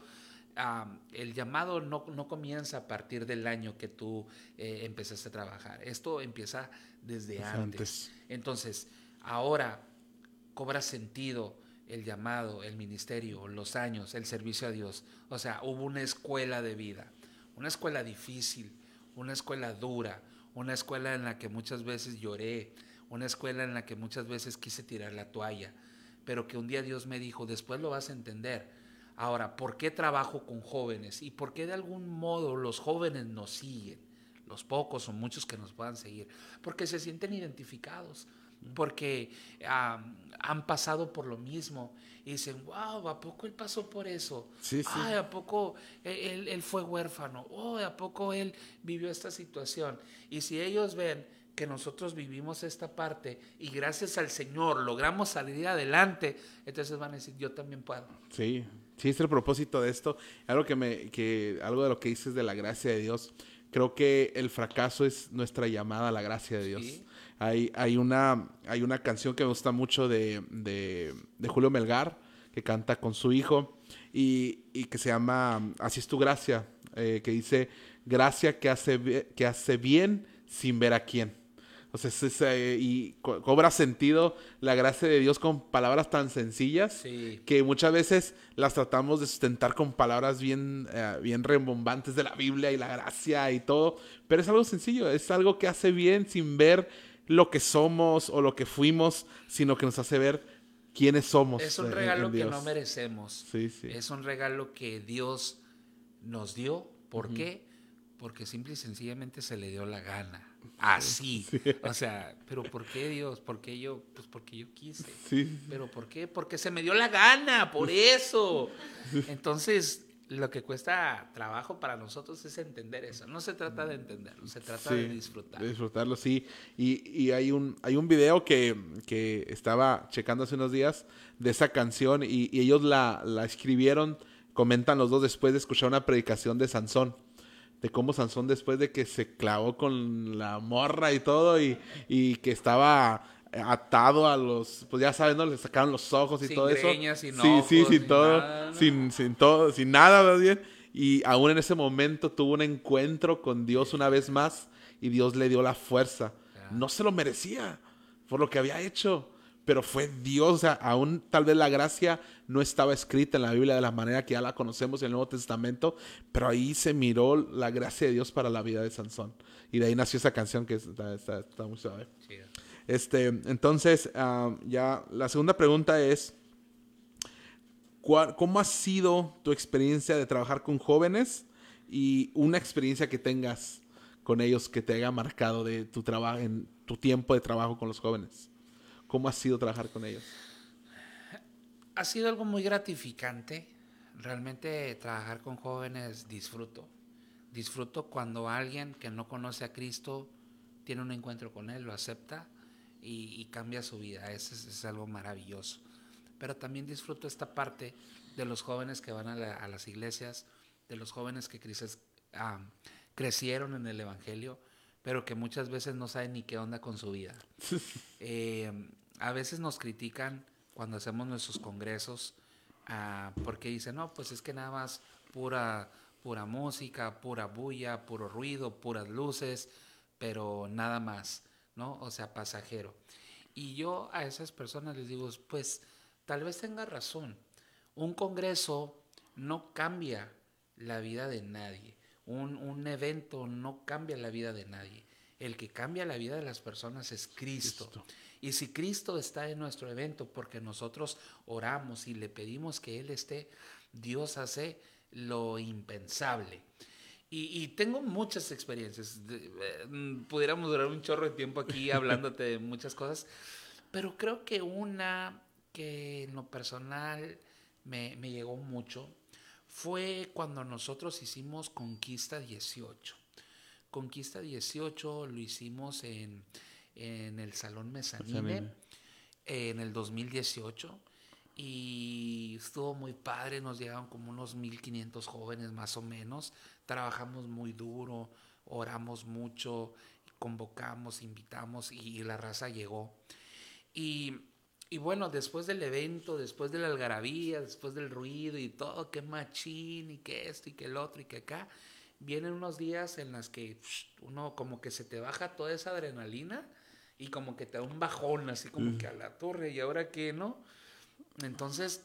El llamado no comienza a partir del año que tú empezaste a trabajar. Esto empieza desde antes. Entonces, ahora cobra sentido el llamado, el ministerio, los años, el servicio a Dios. O sea, hubo una escuela de vida, una escuela difícil, una escuela dura, una escuela en la que muchas veces lloré, una escuela en la que muchas veces quise tirar la toalla, pero que un día Dios me dijo, después lo vas a entender. Ahora, ¿por qué trabajo con jóvenes? ¿Y por qué de algún modo los jóvenes nos siguen? Los pocos o muchos que nos puedan seguir. Porque se sienten identificados, porque han pasado por lo mismo y dicen, wow, ¿a poco él pasó por eso? Sí, sí. Ay, ¿a poco él fue huérfano? Oh, ¿a poco él vivió esta situación? Y si ellos ven que nosotros vivimos esta parte y gracias al Señor logramos salir adelante, entonces van a decir, yo también puedo. Sí, sí, es el propósito de esto. Algo algo de lo que dices de la gracia de Dios. Creo que el fracaso es nuestra llamada a la gracia de Dios. Sí. Hay una canción que me gusta mucho de Julio Melgar, que canta con su hijo, y que se llama Así es tu gracia, que dice, gracia que hace bien sin ver a quién. O sea, cobra sentido la gracia de Dios con palabras tan sencillas, Sí. que muchas veces las tratamos de sustentar con palabras bien rebombantes de la Biblia y la gracia y todo. Pero es algo sencillo, es algo que hace bien sin ver lo que somos o lo que fuimos, sino que nos hace ver quiénes somos. Es un regalo que no merecemos. Sí, sí. Es un regalo que Dios nos dio. ¿Por qué? Porque simple y sencillamente se le dio la gana. Así. Sí. O sea, ¿pero por qué Dios? ¿Por qué yo? Pues porque yo quise. Sí. ¿Pero por qué? Porque se me dio la gana, por eso. Entonces, lo que cuesta trabajo para nosotros es entender eso. No se trata de entenderlo, se trata de disfrutarlo. De disfrutarlo, sí. Y hay un video que estaba checando hace unos días de esa canción y ellos la escribieron, comentan los dos después de escuchar una predicación de Sansón. De cómo Sansón, después de que se clavó con la morra y todo, y que estaba atado a los, pues ya saben, ¿no? Le sacaron los ojos y sin todo greñas, eso. Sin ojos, sin todo, nada, ¿no? sin todo, sin nada, más bien. Y aún en ese momento tuvo un encuentro con Dios una vez más, y Dios le dio la fuerza. No se lo merecía por lo que había hecho, pero fue Dios. O sea, aún tal vez la gracia no estaba escrita en la Biblia de la manera que ya la conocemos en el Nuevo Testamento, pero ahí se miró la gracia de Dios para la vida de Sansón. Y de ahí nació esa canción que está muy suave. Chido. Entonces, ya la segunda pregunta es, ¿cómo ha sido tu experiencia de trabajar con jóvenes y una experiencia que tengas con ellos que te haya marcado de tu trabajo, en tu tiempo de trabajo con los jóvenes? ¿Cómo ha sido trabajar con ellos? Ha sido algo muy gratificante. Realmente trabajar con jóvenes disfruto. Disfruto cuando alguien que no conoce a Cristo tiene un encuentro con Él, lo acepta y cambia su vida. Es algo maravilloso. Pero también disfruto esta parte de los jóvenes que van a las iglesias, de los jóvenes que crecieron en el Evangelio, pero que muchas veces no saben ni qué onda con su vida. A veces nos critican cuando hacemos nuestros congresos porque dicen, no, pues es que nada más pura música, pura bulla, puro ruido, puras luces, pero nada más, ¿no? O sea, pasajero. Y yo a esas personas les digo, pues tal vez tenga razón. Un congreso no cambia la vida de nadie. Un evento no cambia la vida de nadie. El que cambia la vida de las personas es Cristo. Y si Cristo está en nuestro evento porque nosotros oramos y le pedimos que Él esté, Dios hace lo impensable. Y tengo muchas experiencias. Pudiéramos durar un chorro de tiempo aquí hablándote de muchas cosas, pero creo que una que en lo personal me llegó mucho fue cuando nosotros hicimos Conquista 18. Conquista 18 lo hicimos en el Salón Mezzanine en el 2018 y estuvo muy padre. Nos llegaron como unos 1,500 jóvenes más o menos. Trabajamos muy duro, oramos mucho, convocamos, invitamos y la raza llegó. Y bueno, después del evento, después de la algarabía, después del ruido y todo, que machín y que esto y que el otro y que acá, vienen unos días en los que uno como que se te baja toda esa adrenalina y como que te da un bajón, así como que a la torre, ¿y ahora qué, no? Entonces,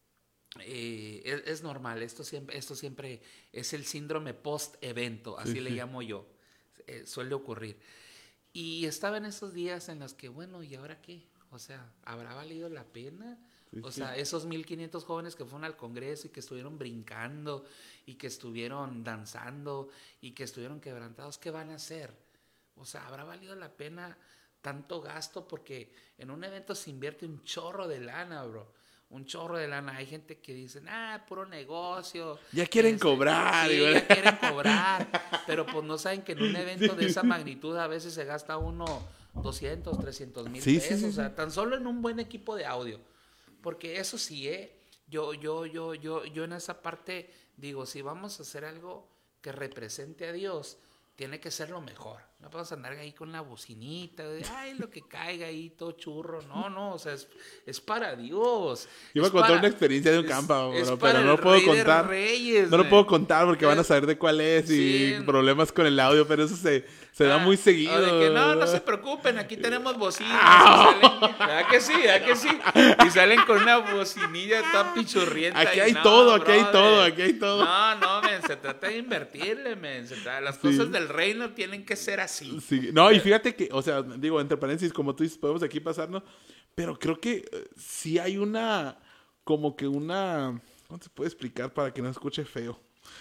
es normal, esto siempre es el síndrome post-evento, así le llamo yo, suele ocurrir. Y estaba en esos días en los que, bueno, ¿y ahora qué? O sea, ¿habrá valido la pena? O sea, esos 1,500 jóvenes que fueron al congreso y que estuvieron brincando y que estuvieron danzando y que estuvieron quebrantados, ¿qué van a hacer? O sea, ¿habrá valido la pena tanto gasto? Porque en un evento se invierte un chorro de lana, bro. Un chorro de lana. Hay gente que dice, puro negocio. Ya quieren cobrar. Sí, ya quieren cobrar. Pero pues no saben que en un evento de esa magnitud a veces se gasta uno 200, 300 mil pesos. O sea, tan solo en un buen equipo de audio. Porque eso sí, yo en esa parte digo, si vamos a hacer algo que represente a Dios, tiene que ser lo mejor. No podemos andar ahí con la bocinita, lo que caiga ahí, todo churro. No, o sea, es para Dios. Iba a contar una experiencia de un campo, pero no lo puedo contar. Reyes, no lo puedo contar porque van a saber de cuál es y problemas con el audio, pero eso se da muy seguido. O de que no se preocupen, aquí tenemos bocinas. ¿Verdad que sí? Y salen con una bocinilla tan pichurrienta. Aquí hay todo. No, se trata de invertirle, las cosas del reino tienen que ser así. Sí. No, y fíjate que, o sea, digo, entre paréntesis, como tú dices, podemos aquí pasarnos, pero creo que sí hay ¿cómo se puede explicar para que no escuche feo?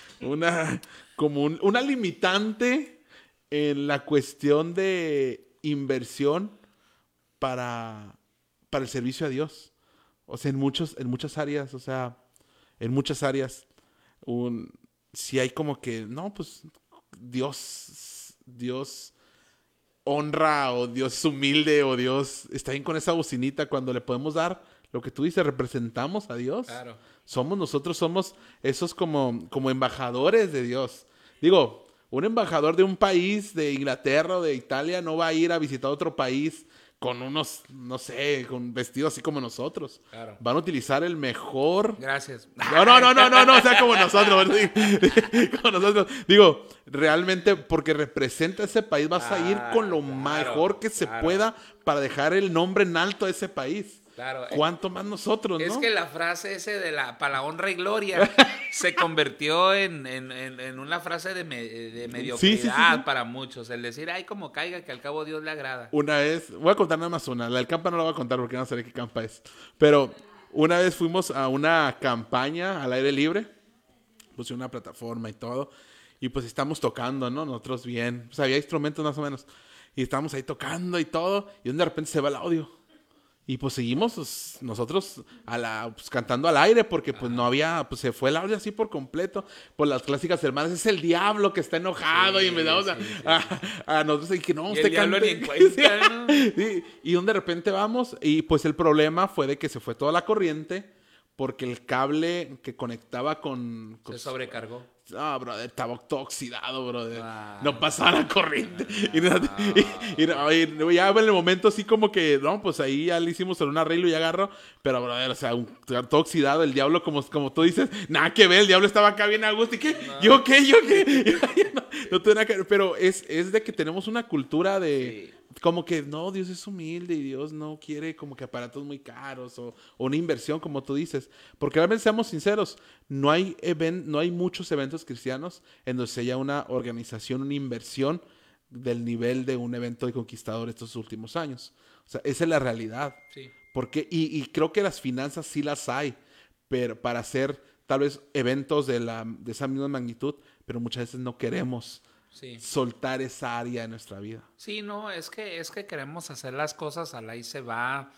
Una limitante en la cuestión de inversión para el servicio a Dios. O sea, en muchas áreas, sí hay como que, no, pues, Dios honra o Dios es humilde o Dios está bien con esa bocinita cuando le podemos dar lo que tú dices, representamos a Dios. Claro. Nosotros somos esos como embajadores de Dios. Digo, un embajador de un país, de Inglaterra o de Italia, no va a ir a visitar otro país con unos, no sé, con vestidos así como nosotros. Claro. Van a utilizar el mejor... Gracias. No, o sea, como nosotros. Como nosotros. Digo, realmente, porque representa ese país, vas a ir con lo mejor que se pueda para dejar el nombre en alto a ese país. Claro. ¿Cuánto más nosotros, Es no? que la frase ese de para la honra y gloria se convirtió en una frase de mediocridad Sí. para muchos. El decir, ay, como caiga, que al cabo Dios le agrada. Una vez, voy a contar nada más una. La del campa no la voy a contar porque no sé qué campa es. Pero una vez fuimos a una campaña al aire libre. Puse una plataforma y todo. Y pues estamos tocando, ¿no? Nosotros bien. Pues había instrumentos más o menos. Y estábamos ahí tocando y todo. Y de repente se va el audio. Y pues seguimos pues, nosotros pues, cantando al aire porque pues no había, pues se fue el audio así por completo. Por las clásicas hermanas, es el diablo que está enojado y me damos a nosotros y que no, Y usted el diablo cante. ni en cuenta, ¿no? Y donde de repente vamos y pues el problema fue de que se fue toda la corriente porque el cable que conectaba con Se sobrecargó. no, brother, estaba todo oxidado, brother. Ah, no pasaba la corriente. Y ya en el momento así como que, no, pues ahí ya le hicimos un arreglo y agarró. Pero, brother, o sea, todo oxidado. El diablo, como tú dices, nada que ver. El diablo estaba acá bien a gusto. ¿Y qué? No. ¿Yo qué? no tiene nada que ver. Pero es de que tenemos una cultura de... Sí. Como que no, Dios es humilde y Dios no quiere como que aparatos muy caros o una inversión, como tú dices. Porque realmente, seamos sinceros, no hay muchos eventos cristianos en donde se haya una organización, una inversión del nivel de un evento de Conquistador estos últimos años. O sea, esa es la realidad. Sí. Porque, y creo que las finanzas sí las hay, pero para hacer tal vez eventos de esa misma magnitud, pero muchas veces no queremos soltar esa área de nuestra vida. Sí, no, es que queremos hacer las cosas al ahí se va,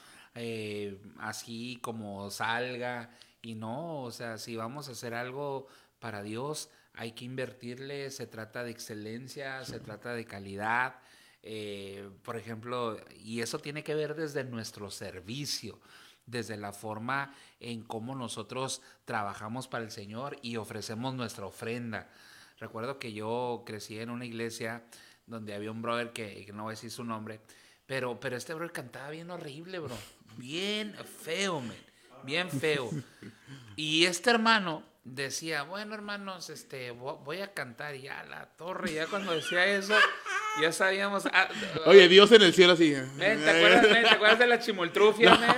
así como salga, y no, o sea, si vamos a hacer algo para Dios, hay que invertirle, se trata de excelencia, se trata de calidad, por ejemplo, y eso tiene que ver desde nuestro servicio, desde la forma en cómo nosotros trabajamos para el Señor y ofrecemos nuestra ofrenda. Recuerdo que yo crecí en una iglesia donde había un brother que no voy a decir su nombre, pero este brother cantaba bien horrible, bro. Bien feo, man. Bien feo. Y este hermano decía, bueno, hermanos, voy a cantar. Y ya la torre, ya cuando decía eso, ya sabíamos. Oye, Dios en el cielo así. ¿Te acuerdas de la chimoltrufia, man?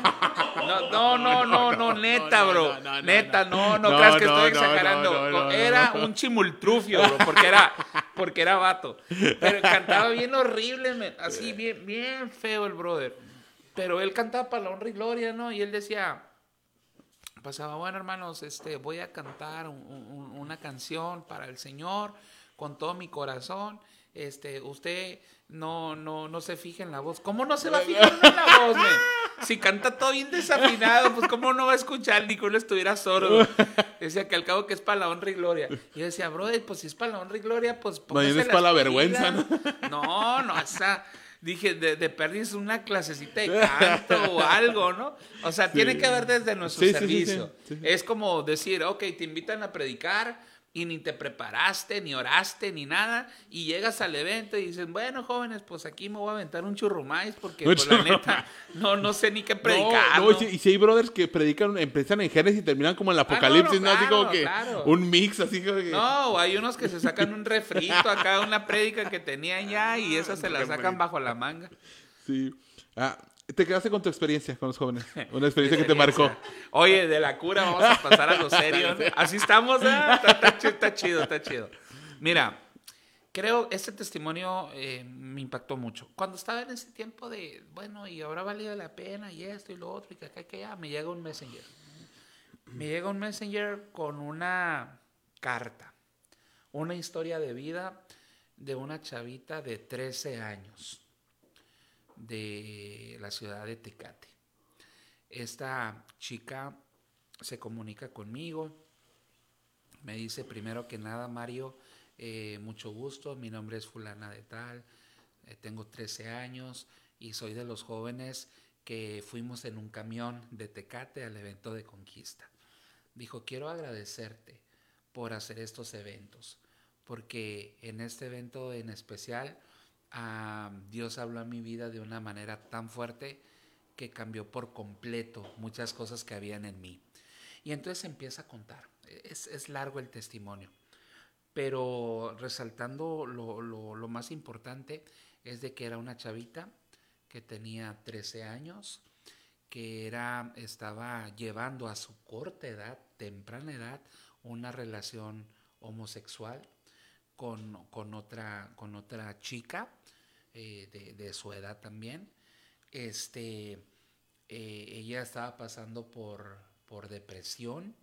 No, neta, bro. Neta, no creas que estoy exagerando. Era un chimultrufio, bro, porque era vato. Pero cantaba bien horrible, man. Así, bien feo el brother. Pero él cantaba para la honra y gloria, ¿no? Y él decía, pasaba, bueno, hermanos, voy a cantar una canción para el Señor con todo mi corazón. Usted no se fije en la voz. ¿Cómo no se va a fijar en la voz, man? Si canta todo bien desafinado, pues cómo no va a escuchar ni que uno estuviera sordo. Decía que al cabo que es para la honra y gloria. Y yo decía, brother, pues si es para la honra y gloria, pues póngase es para la vergüenza, ¿no? No, esa... Dije, de perdiz una clasecita de canto o algo, ¿no? O sea, tiene que ver desde nuestro servicio. Sí. Es como decir, ok, te invitan a predicar y ni te preparaste, ni oraste, ni nada, y llegas al evento y dices, bueno, jóvenes, pues aquí me voy a aventar un churrumais porque pues, la neta no sé ni qué predicar. No. Y si hay brothers que empiezan en Génesis y terminan como en el Apocalipsis, ¿no? Así como que un mix, así como que... No, hay unos que se sacan un refrito acá, una prédica que tenían ya y esa se la sacan bajo la manga. Sí. ¿Te quedaste con tu experiencia con los jóvenes? Una experiencia que te marcó. Oye, de la cura vamos a pasar a lo serio, ¿no? Así estamos, está chido. Mira, creo este testimonio me impactó mucho. Cuando estaba en ese tiempo de, bueno, y ahora valido la pena, y esto y lo otro, y que acá y que allá, me llega un Messenger. Me llega un Messenger con una carta, una historia de vida de una chavita de 13 años. De la ciudad de Tecate. Esta chica se comunica conmigo, me dice primero que nada, Mario, mucho gusto, mi nombre es fulana de tal, tengo 13 años y soy de los jóvenes que fuimos en un camión de Tecate al evento de Conquista. Dijo, quiero agradecerte por hacer estos eventos, porque en este evento en especial Dios habló a mi vida de una manera tan fuerte que cambió por completo muchas cosas que habían en mí. Y entonces empieza a contar. Es largo el testimonio, pero resaltando lo más importante es de que era una chavita que tenía 13 años, que estaba llevando a su corta edad, temprana edad, una relación homosexual con otra chica de su edad también. Ella estaba pasando por depresión,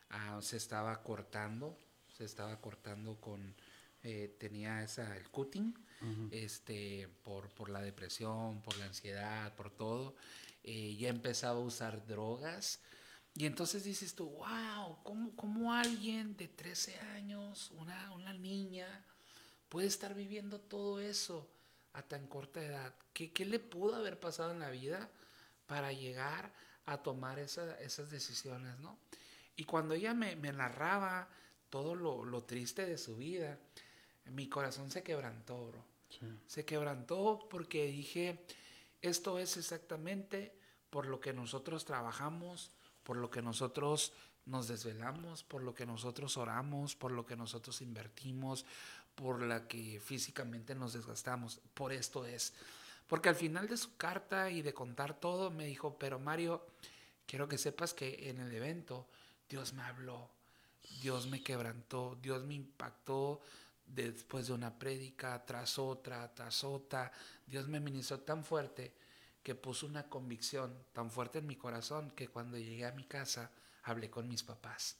se estaba cortando tenía el cutting, por la depresión, por la ansiedad, por todo. Ya empezaba a usar drogas. Y entonces dices tú, wow, ¿cómo alguien de 13 años, una niña, puede estar viviendo todo eso a tan corta edad? ¿Qué le pudo haber pasado en la vida para llegar a tomar esas decisiones, ¿no? Y cuando ella me narraba todo lo triste de su vida, mi corazón se quebrantó, bro. Sí. Se quebrantó porque dije, esto es exactamente por lo que nosotros trabajamos, por lo que nosotros nos desvelamos, por lo que nosotros oramos, por lo que nosotros invertimos, por la que físicamente nos desgastamos. Por esto es. Porque al final de su carta y de contar todo, me dijo, pero Mario, quiero que sepas que en el evento Dios me habló, Dios me quebrantó, Dios me impactó después de una prédica tras otra. Dios me ministró tan fuerte que puso una convicción tan fuerte en mi corazón que cuando llegué a mi casa hablé con mis papás.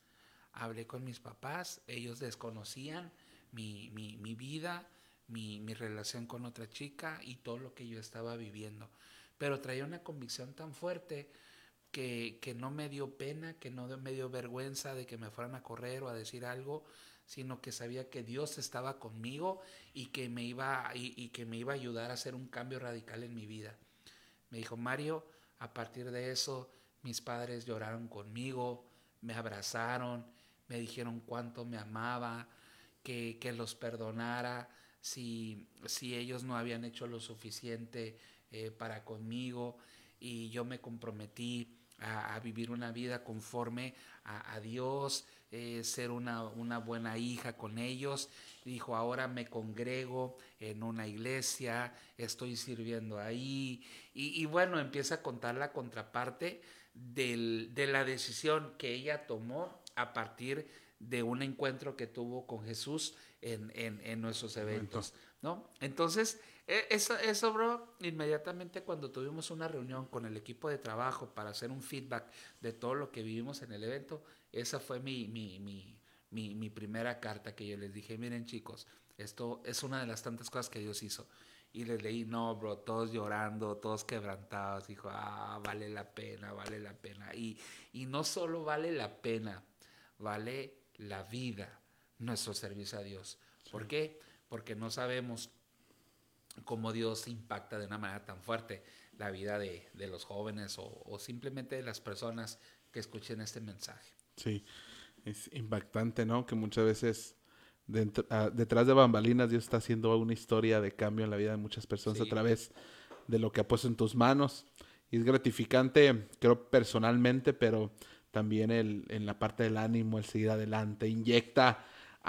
Ellos desconocían mi vida, mi relación con otra chica y todo lo que yo estaba viviendo. Pero traía una convicción tan fuerte que no me dio pena, que no me dio vergüenza de que me fueran a correr o a decir algo, sino que sabía que Dios estaba conmigo y que me iba a ayudar a hacer un cambio radical en mi vida. Me dijo, Mario, a partir de eso, mis padres lloraron conmigo, me abrazaron, me dijeron cuánto me amaba, que los perdonara si ellos no habían hecho lo suficiente para conmigo, y yo me comprometí a vivir una vida conforme a Dios, ser una buena hija con ellos. Dijo, ahora me congrego en una iglesia, estoy sirviendo ahí. Y bueno, empieza a contar la contraparte de la decisión que ella tomó a partir de un encuentro que tuvo con Jesús en nuestros eventos, ¿no? Entonces, eso, bro, inmediatamente cuando tuvimos una reunión con el equipo de trabajo para hacer un feedback de todo lo que vivimos en el evento, esa fue mi primera carta que yo les dije, miren chicos, esto es una de las tantas cosas que Dios hizo. Y les leí, no, bro, todos llorando, todos quebrantados. Dijo, vale la pena. Y no solo vale la pena, vale la vida nuestro servicio a Dios. Sí. ¿Por qué? Porque no sabemos cómo Dios impacta de una manera tan fuerte la vida de los jóvenes o simplemente de las personas que escuchen este mensaje. Sí, es impactante, ¿no? Que muchas veces detrás de bambalinas Dios está haciendo una historia de cambio en la vida de muchas personas, sí, a través de lo que ha puesto en tus manos. Y es gratificante, creo personalmente, pero también en la parte del ánimo, el seguir adelante, inyecta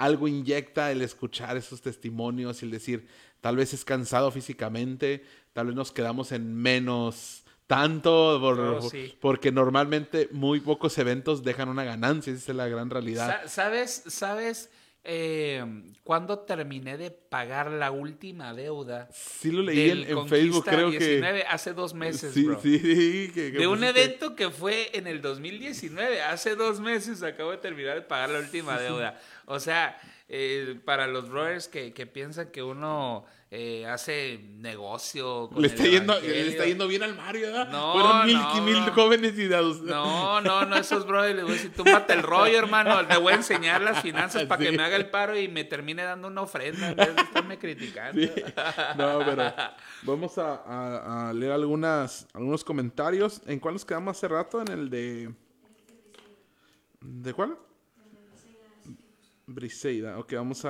el escuchar esos testimonios y el decir, tal vez es cansado físicamente, tal vez nos quedamos en menos tanto, porque normalmente muy pocos eventos dejan una ganancia, esa es la gran realidad. ¿Sabes? Cuando terminé de pagar la última deuda, sí lo leí en Facebook, creo 19, hace 2 meses, sí, bro. Sí, de un evento que fue en el 2019, hace 2 meses acabo de terminar de pagar la última deuda. O sea, para los brothers que piensan que uno hace negocio con le está yendo bien al Mario, ¿verdad? No, fueron mil jóvenes y dados. No, esos brothers les voy a decir, tú mata el rollo, hermano, le voy a enseñar las finanzas para que me haga el paro y me termine dando una ofrenda en vez de estarme criticando. Sí. No, pero vamos a leer algunos comentarios. ¿En cuál nos quedamos hace rato? En el de... ¿De cuál? Briseida. Ok, vamos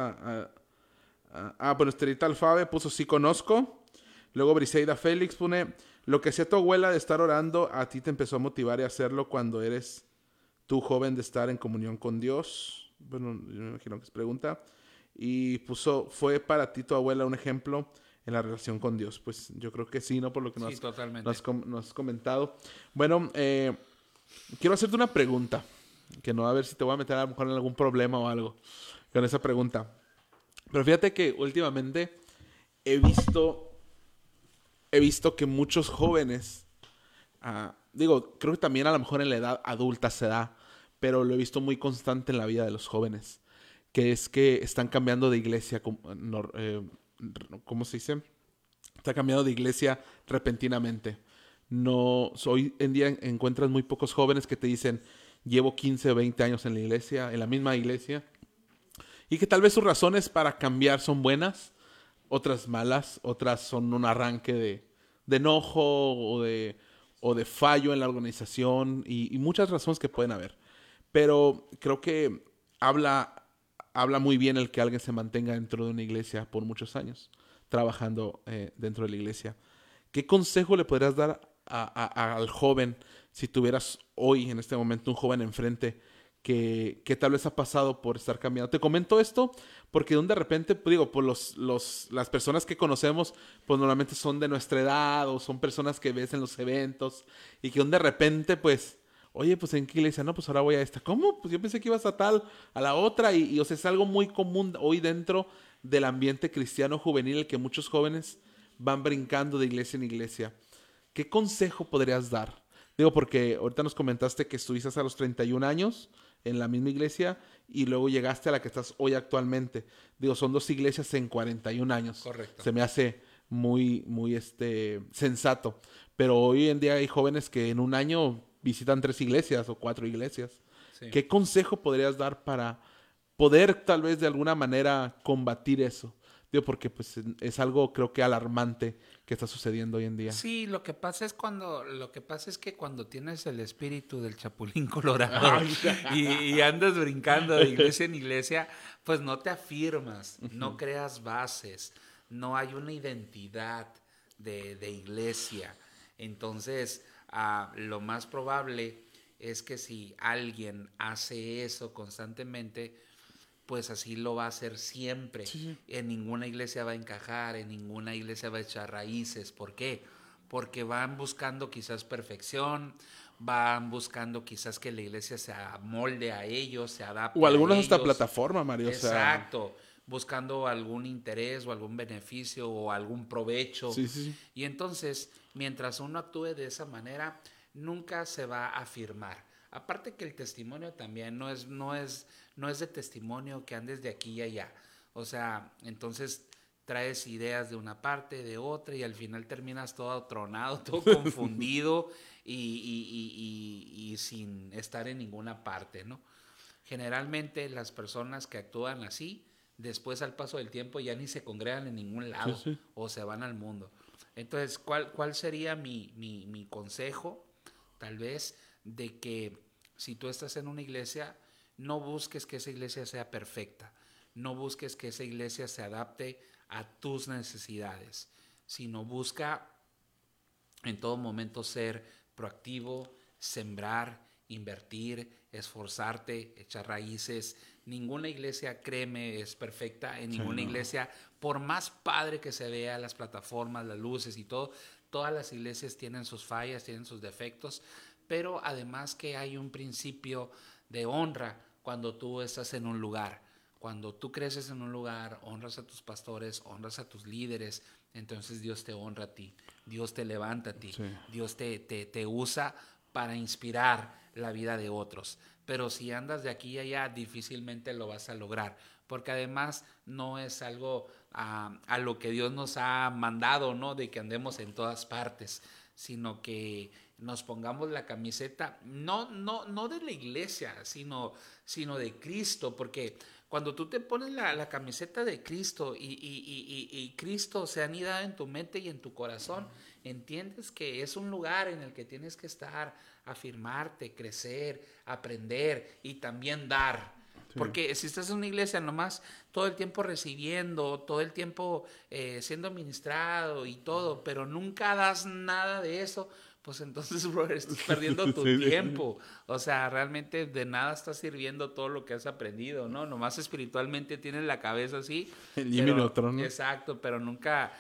bueno, Esterita Alfabe puso sí conozco. Luego Briseida Félix pone, lo que hacía tu abuela de estar orando, a ti te empezó a motivar a hacerlo cuando eres tú joven de estar en comunión con Dios. Bueno, yo me imagino que es pregunta. Y puso, ¿fue para ti tu abuela un ejemplo en la relación con Dios? Pues yo creo que sí, ¿no? Por lo que Sí, totalmente. nos has comentado. Bueno, quiero hacerte una pregunta, que no, a ver si te voy a meter a lo mejor en algún problema o algo con esa pregunta. Pero fíjate que últimamente he visto, he visto que muchos jóvenes, digo, creo que también a lo mejor en la edad adulta se da, pero lo he visto muy constante en la vida de los jóvenes, que es que están cambiando de iglesia, ¿cómo se dice? Está cambiando de iglesia repentinamente. No, hoy en día encuentras muy pocos jóvenes que te dicen, llevo 15 o 20 años en la iglesia, en la misma iglesia, y que tal vez sus razones para cambiar son buenas, otras malas, otras son un arranque de enojo o de fallo en la organización y muchas razones que pueden haber. Pero creo que habla muy bien el que alguien se mantenga dentro de una iglesia por muchos años, trabajando dentro de la iglesia. ¿Qué consejo le podrías dar al joven si tuvieras hoy, en este momento, un joven enfrente que tal vez ha pasado por estar cambiando? Te comento esto porque de repente, pues digo, pues las personas que conocemos, pues normalmente son de nuestra edad o son personas que ves en los eventos y que de repente, pues, oye, pues en qué iglesia, no, pues ahora voy a esta. ¿Cómo? Pues yo pensé que ibas a tal, a la otra o sea, es algo muy común hoy dentro del ambiente cristiano juvenil el que muchos jóvenes van brincando de iglesia en iglesia. ¿Qué consejo podrías dar? Digo, porque ahorita nos comentaste que estuviste a los 31 años en la misma iglesia y luego llegaste a la que estás hoy actualmente. Digo, son 2 iglesias en 41 años. Correcto. Se me hace muy, muy sensato. Pero hoy en día hay jóvenes que en un año visitan 3 iglesias o 4 iglesias. Sí. ¿Qué consejo podrías dar para poder tal vez de alguna manera combatir eso? Digo, porque pues es algo creo que alarmante que está sucediendo hoy en día. Sí, lo que pasa es que cuando tienes el espíritu del Chapulín Colorado y andas brincando de iglesia en iglesia, pues no te afirmas, no creas bases, no hay una identidad de iglesia. Entonces, lo más probable es que si alguien hace eso constantemente, pues así lo va a hacer siempre. Sí. En ninguna iglesia va a encajar, en ninguna iglesia va a echar raíces. ¿Por qué? Porque van buscando quizás perfección, van buscando quizás que la iglesia se amolde a ellos, se adapte O a algunos hasta ellos. plataforma, Mario. Exacto. Buscando algún interés o algún beneficio o algún provecho. Sí, sí, sí. Y entonces, mientras uno actúe de esa manera, nunca se va a afirmar. Aparte que el testimonio también no es de testimonio que andes de aquí y allá. O sea, entonces traes ideas de una parte, de otra, y al final terminas todo tronado, todo confundido y sin estar en ninguna parte, ¿no? Generalmente las personas que actúan así, después al paso del tiempo ya ni se congregan en ningún lado, Sí, sí. o se van al mundo. Entonces, ¿cuál sería mi consejo? Tal vez de que si tú estás en una iglesia, no busques que esa iglesia sea perfecta, no busques que esa iglesia se adapte a tus necesidades, sino busca en todo momento ser proactivo, sembrar, invertir, esforzarte, echar raíces. Ninguna iglesia, créeme, es perfecta. En ninguna iglesia, por más padre que se vea las plataformas, las luces y todo, todas las iglesias tienen sus fallas, tienen sus defectos, pero además que hay un principio de honra cuando tú estás en un lugar. Cuando tú creces en un lugar, honras a tus pastores, honras a tus líderes, entonces Dios te honra a ti, Dios te levanta a ti, Sí. Dios te usa para inspirar la vida de otros. Pero si andas de aquí y allá, difícilmente lo vas a lograr, porque además no es algo a lo que Dios nos ha mandado, ¿no? De que andemos en todas partes, sino que nos pongamos la camiseta, no de la iglesia, sino de Cristo, porque cuando tú te pones la camiseta de Cristo y Cristo se anida en tu mente y en tu corazón, entiendes que es un lugar en el que tienes que estar, afirmarte, crecer, aprender y también dar. Porque si estás en una iglesia nomás todo el tiempo recibiendo, todo el tiempo siendo ministrado y todo, pero nunca das nada de eso, pues entonces, brother, estás perdiendo tu tiempo. O sea, realmente de nada estás sirviendo todo lo que has aprendido, ¿no? Nomás espiritualmente tienes la cabeza así. El Jimmy Neutron, ¿no? Exacto, pero nunca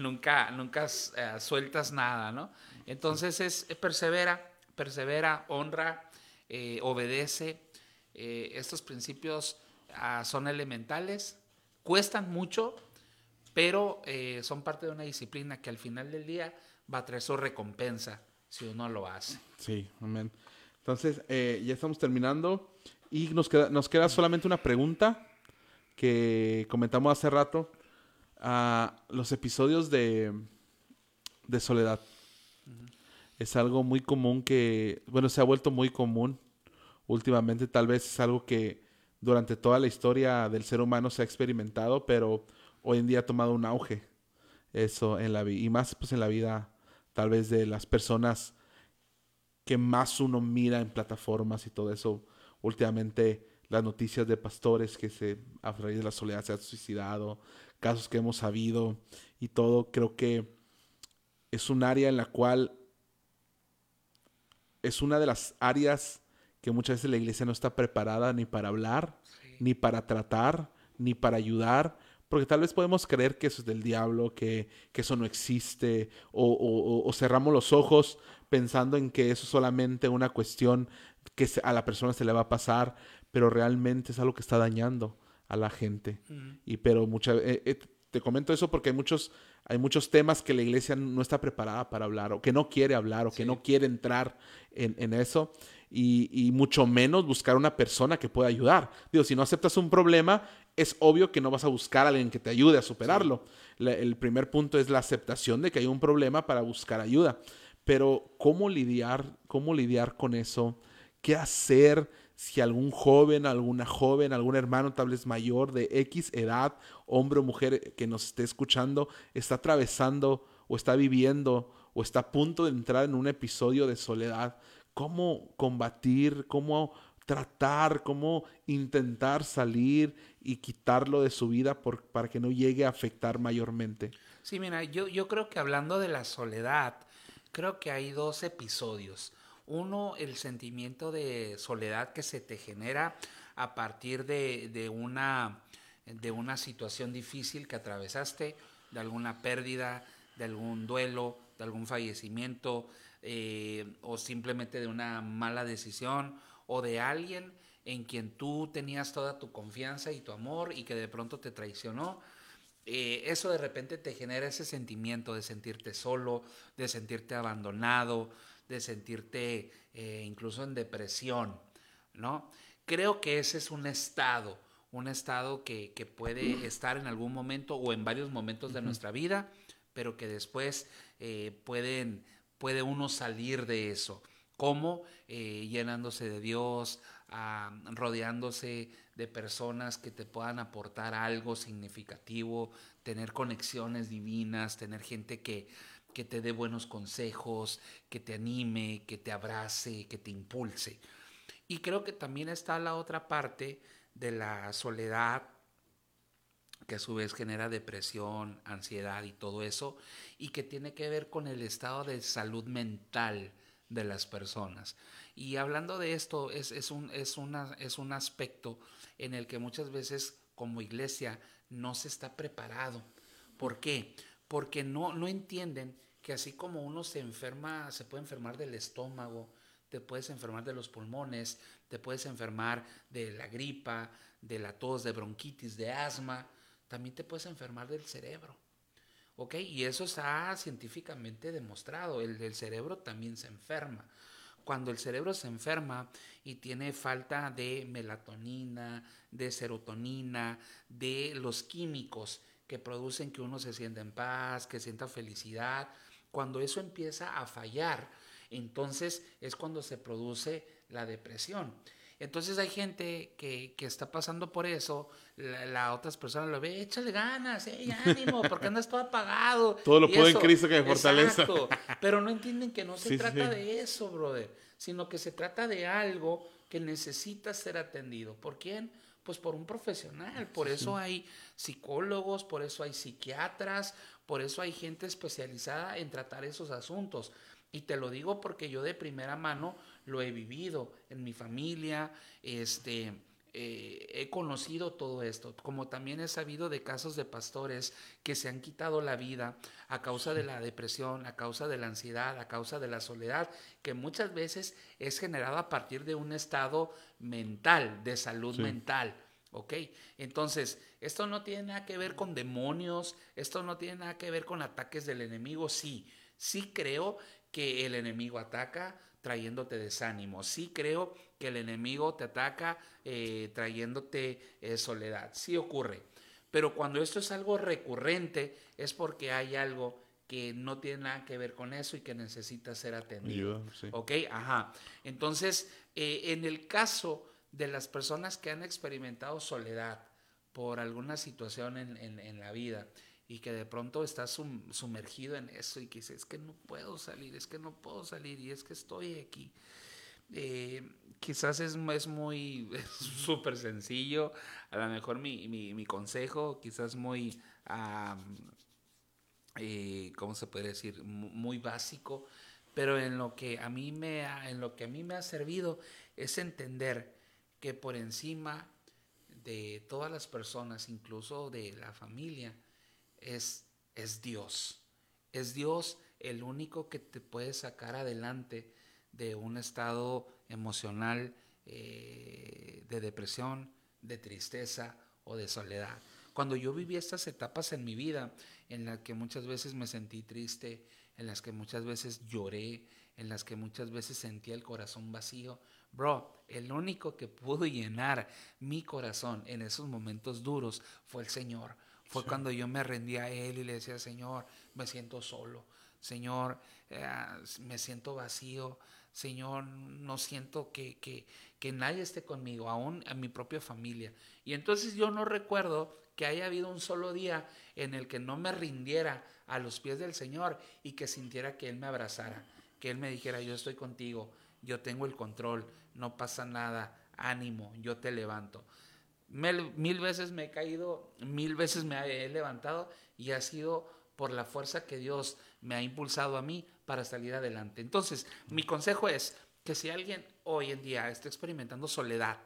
sueltas nada, ¿no? Entonces persevera, honra, obedece. Estos principios son elementales, cuestan mucho, pero son parte de una disciplina que al final del día va a traer su recompensa si uno lo hace. Sí, amén. Entonces, ya estamos terminando y nos queda solamente una pregunta que comentamos hace rato. Los episodios de soledad. Es algo muy común que, bueno, se ha vuelto muy común últimamente. Tal vez es algo que durante toda la historia del ser humano se ha experimentado, pero hoy en día ha tomado un auge eso en la vida, y más pues en la vida tal vez de las personas que más uno mira en plataformas y todo eso. Últimamente las noticias de pastores que a raíz de la soledad se han suicidado, casos que hemos sabido y todo. Creo que es un área en la cual es una de las áreas que muchas veces la iglesia no está preparada ni para hablar, ni para tratar, ni para ayudar, porque tal vez podemos creer que eso es del diablo, que eso no existe, o cerramos los ojos pensando en que eso es solamente una cuestión que a la persona se le va a pasar, pero realmente es algo que está dañando a la gente. Pero te comento eso porque hay muchos temas que la iglesia no está preparada para hablar, o que no quiere hablar, o que no quiere entrar en eso, y mucho menos buscar una persona que pueda ayudar. Digo, si no aceptas un problema, es obvio que no vas a buscar a alguien que te ayude a superarlo. El primer punto es la aceptación de que hay un problema para buscar ayuda. Pero ¿cómo lidiar con eso? ¿Qué hacer si algún joven, alguna joven, algún hermano tal vez mayor de X edad, hombre o mujer que nos esté escuchando, está atravesando o está viviendo o está a punto de entrar en un episodio de soledad? ¿Cómo combatir? ¿Cómo tratar? ¿Cómo intentar salir y quitarlo de su vida para que no llegue a afectar mayormente? Sí, mira, yo creo que hablando de la soledad, creo que hay dos episodios. Uno, el sentimiento de soledad que se te genera a partir de una situación difícil que atravesaste, de alguna pérdida, de algún duelo, de algún fallecimiento, o simplemente de una mala decisión, o de alguien en quien tú tenías toda tu confianza y tu amor y que de pronto te traicionó. Eso de repente te genera ese sentimiento de sentirte solo, de sentirte abandonado, de sentirte incluso en depresión, ¿no? Creo que ese es un estado que puede estar en algún momento o en varios momentos de nuestra vida, pero que después puede uno salir de eso. ¿Cómo? Llenándose de Dios, rodeándose de personas que te puedan aportar algo significativo, tener conexiones divinas, tener gente que te dé buenos consejos, que te anime, que te abrace, que te impulse. Y creo que también está la otra parte de la soledad, que a su vez genera depresión, ansiedad y todo eso, y que tiene que ver con el estado de salud mental de las personas. Y hablando de esto, es un aspecto en el que muchas veces como iglesia no se está preparado. ¿Por qué? Porque no entienden que así como uno se puede enfermar del estómago, te puedes enfermar de los pulmones, te puedes enfermar de la gripa, de la tos, de bronquitis, de asma, también te puedes enfermar del cerebro. ¿Ok? Y eso está científicamente demostrado. El cerebro también se enferma. Cuando el cerebro se enferma y tiene falta de melatonina, de serotonina, de los químicos que producen que uno se sienta en paz, que sienta felicidad, cuando eso empieza a fallar, entonces es cuando se produce la depresión. Entonces hay gente que está pasando por eso, otras personas lo ven, échale ganas, ánimo, porque andas todo apagado. Todo lo puedo en Cristo que me fortalece. Exacto, pero no entienden que no se trata de eso, brother, sino que se trata de algo que necesita ser atendido. ¿Por quién? pues por un profesional. Por eso hay psicólogos, por eso hay psiquiatras, por eso hay gente especializada en tratar esos asuntos. Y te lo digo porque yo de primera mano lo he vivido en mi familia, he conocido todo esto, como también he sabido de casos de pastores que se han quitado la vida a causa de la depresión, a causa de la ansiedad, a causa de la soledad, que muchas veces es generado a partir de un estado mental, de salud mental. ¿Ok? Entonces, esto no tiene nada que ver con demonios, esto no tiene nada que ver con ataques del enemigo. Sí creo que el enemigo ataca trayéndote desánimo. Sí creo que el enemigo te ataca trayéndote soledad. Sí ocurre. Pero cuando esto es algo recurrente es porque hay algo que no tiene nada que ver con eso y que necesita ser atendido. ¿Ok? Ajá. Entonces, en el caso de las personas que han experimentado soledad por alguna situación en la vida y que de pronto estás sumergido en eso y que dices, es que no puedo salir, es que no puedo salir y es que estoy aquí. Quizás es muy súper sencillo, a lo mejor mi consejo quizás muy, ¿cómo se puede decir? Muy básico, pero en lo que a mí me ha servido es entender que por encima de todas las personas, incluso de la familia, es Dios. Es Dios el único que te puede sacar adelante de un estado emocional de depresión, de tristeza o de soledad. Cuando yo viví estas etapas en mi vida, en las que muchas veces me sentí triste, en las que muchas veces lloré, en las que muchas veces sentía el corazón vacío, bro, el único que pudo llenar mi corazón en esos momentos duros fue el Señor. Fue cuando yo me rendí a Él y le decía, Señor, me siento solo. Señor, me siento vacío. Señor, no siento que nadie esté conmigo, aún a mi propia familia. Y entonces yo no recuerdo que haya habido un solo día en el que no me rindiera a los pies del Señor y que sintiera que Él me abrazara, que Él me dijera, yo estoy contigo, yo tengo el control, no pasa nada, ánimo, yo te levanto. Mil veces me he caído, 1000 veces me he levantado y ha sido por la fuerza que Dios me ha impulsado a mí para salir adelante. Entonces, mi consejo es que si alguien hoy en día está experimentando soledad,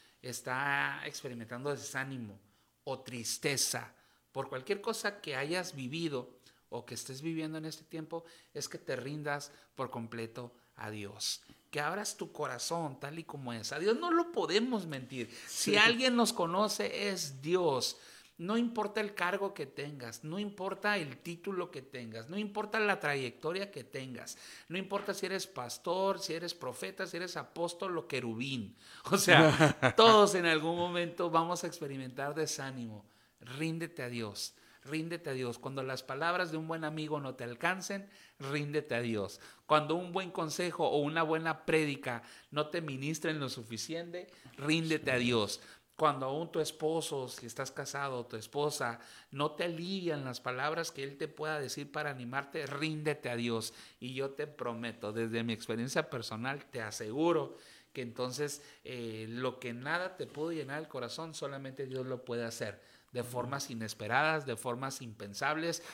está experimentando desánimo o tristeza por cualquier cosa que hayas vivido o que estés viviendo en este tiempo, es que te rindas por completo a Dios. Que abras tu corazón tal y como es. A Dios no lo podemos mentir. Si alguien nos conoce es Dios. No importa el cargo que tengas, no importa el título que tengas, no importa la trayectoria que tengas, no importa si eres pastor, si eres profeta, si eres apóstol o querubín. O sea, todos en algún momento vamos a experimentar desánimo. Ríndete a Dios. Ríndete a Dios. Cuando las palabras de un buen amigo no te alcancen, ríndete a Dios. Cuando un buen consejo o una buena prédica no te ministren lo suficiente, ríndete a Dios. Cuando aún tu esposo, si estás casado, o tu esposa, no te alivian las palabras que él te pueda decir para animarte, ríndete a Dios. Y yo te prometo, desde mi experiencia personal, te aseguro que entonces lo que nada te pudo llenar el corazón, solamente Dios lo puede hacer. De formas inesperadas, de formas impensables.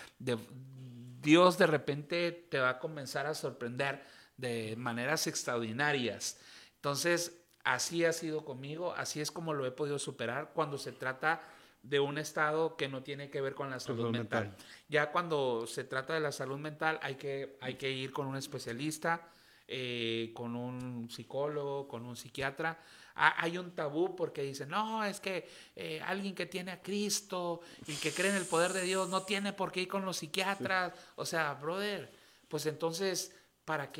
Dios de repente te va a comenzar a sorprender de maneras extraordinarias. Entonces, así ha sido conmigo, así es como lo he podido superar cuando se trata de un estado que no tiene que ver con la salud mental. Ya cuando se trata de la salud mental hay que ir con un especialista, con un psicólogo, con un psiquiatra. Hay un tabú porque dicen, no, es que alguien que tiene a Cristo y que cree en el poder de Dios no tiene por qué ir con los psiquiatras. Sí. O sea, brother, pues entonces, ¿para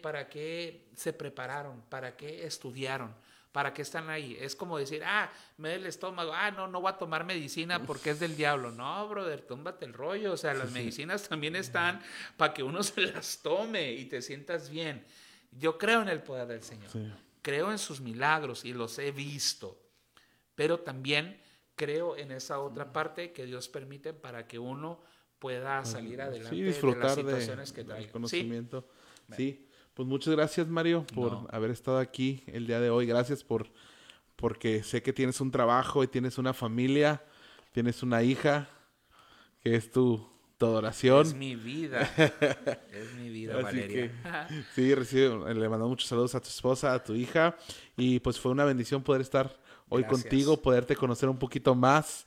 qué se prepararon? ¿Para qué estudiaron? ¿Para qué están ahí? Es como decir, me da el estómago, no voy a tomar medicina porque es del diablo. No, brother, túmbate el rollo. O sea, las medicinas también están para que uno se las tome y te sientas bien. Yo creo en el poder del Señor. Sí. Creo en sus milagros y los he visto. Pero también creo en esa otra parte que Dios permite para que uno pueda salir adelante disfrutar de las situaciones que trae. El conocimiento. Sí. Pues muchas gracias, Mario, por haber estado aquí el día de hoy. Gracias por porque sé que tienes un trabajo y tienes una familia, tienes una hija, que es tu adoración. Es mi vida. Es mi vida, Así Valeria. que, sí, le mando muchos saludos a tu esposa, a tu hija. Y pues fue una bendición poder estar hoy Gracias. contigo, poderte conocer un poquito más.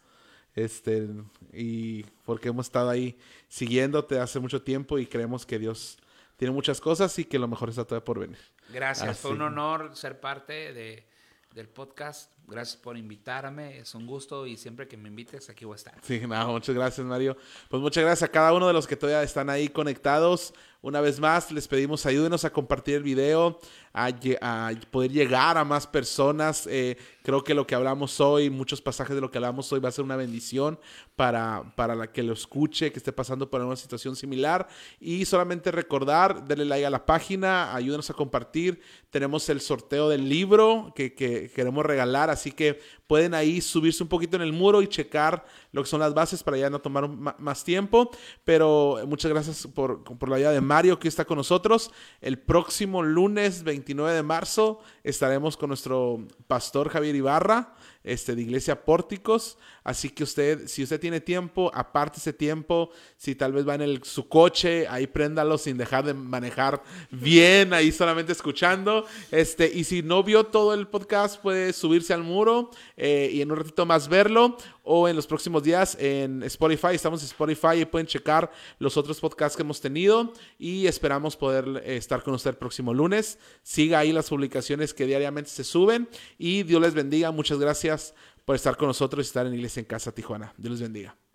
Y porque hemos estado ahí siguiéndote hace mucho tiempo y creemos que Dios tiene muchas cosas y que lo mejor está todavía por venir. Gracias, Así. fue un honor ser parte del podcast. Gracias por invitarme, es un gusto y siempre que me invites aquí voy a estar. Sí, nada, muchas gracias, Mario. Pues muchas gracias a cada uno de los que todavía están ahí conectados. Una vez más, les pedimos ayúdenos a compartir el video, a poder llegar a más personas. Creo que lo que hablamos hoy, muchos pasajes de lo que hablamos hoy va a ser una bendición para la que lo escuche, que esté pasando por una situación similar. Y solamente recordar, denle like a la página, ayúdenos a compartir. Tenemos el sorteo del libro que queremos regalar, así que pueden ahí subirse un poquito en el muro y checar lo que son las bases para ya no tomar más tiempo. Pero muchas gracias por la ayuda de Mario, que está con nosotros. El próximo lunes 29 de marzo estaremos con nuestro pastor Javier Ibarra, de Iglesia Pórticos. Así que si usted tiene tiempo, aparte ese tiempo. Si tal vez va en su coche, ahí préndalo sin dejar de manejar bien, ahí solamente escuchando. Y si no vio todo el podcast, puede subirse al muro y en un ratito más verlo. O en los próximos días en Spotify. Estamos en Spotify y pueden checar los otros podcasts que hemos tenido. Y esperamos poder estar con usted el próximo lunes. Siga ahí las publicaciones que diariamente se suben. Y Dios les bendiga. Muchas gracias por estar con nosotros y estar en Iglesia en Casa Tijuana. Dios les bendiga.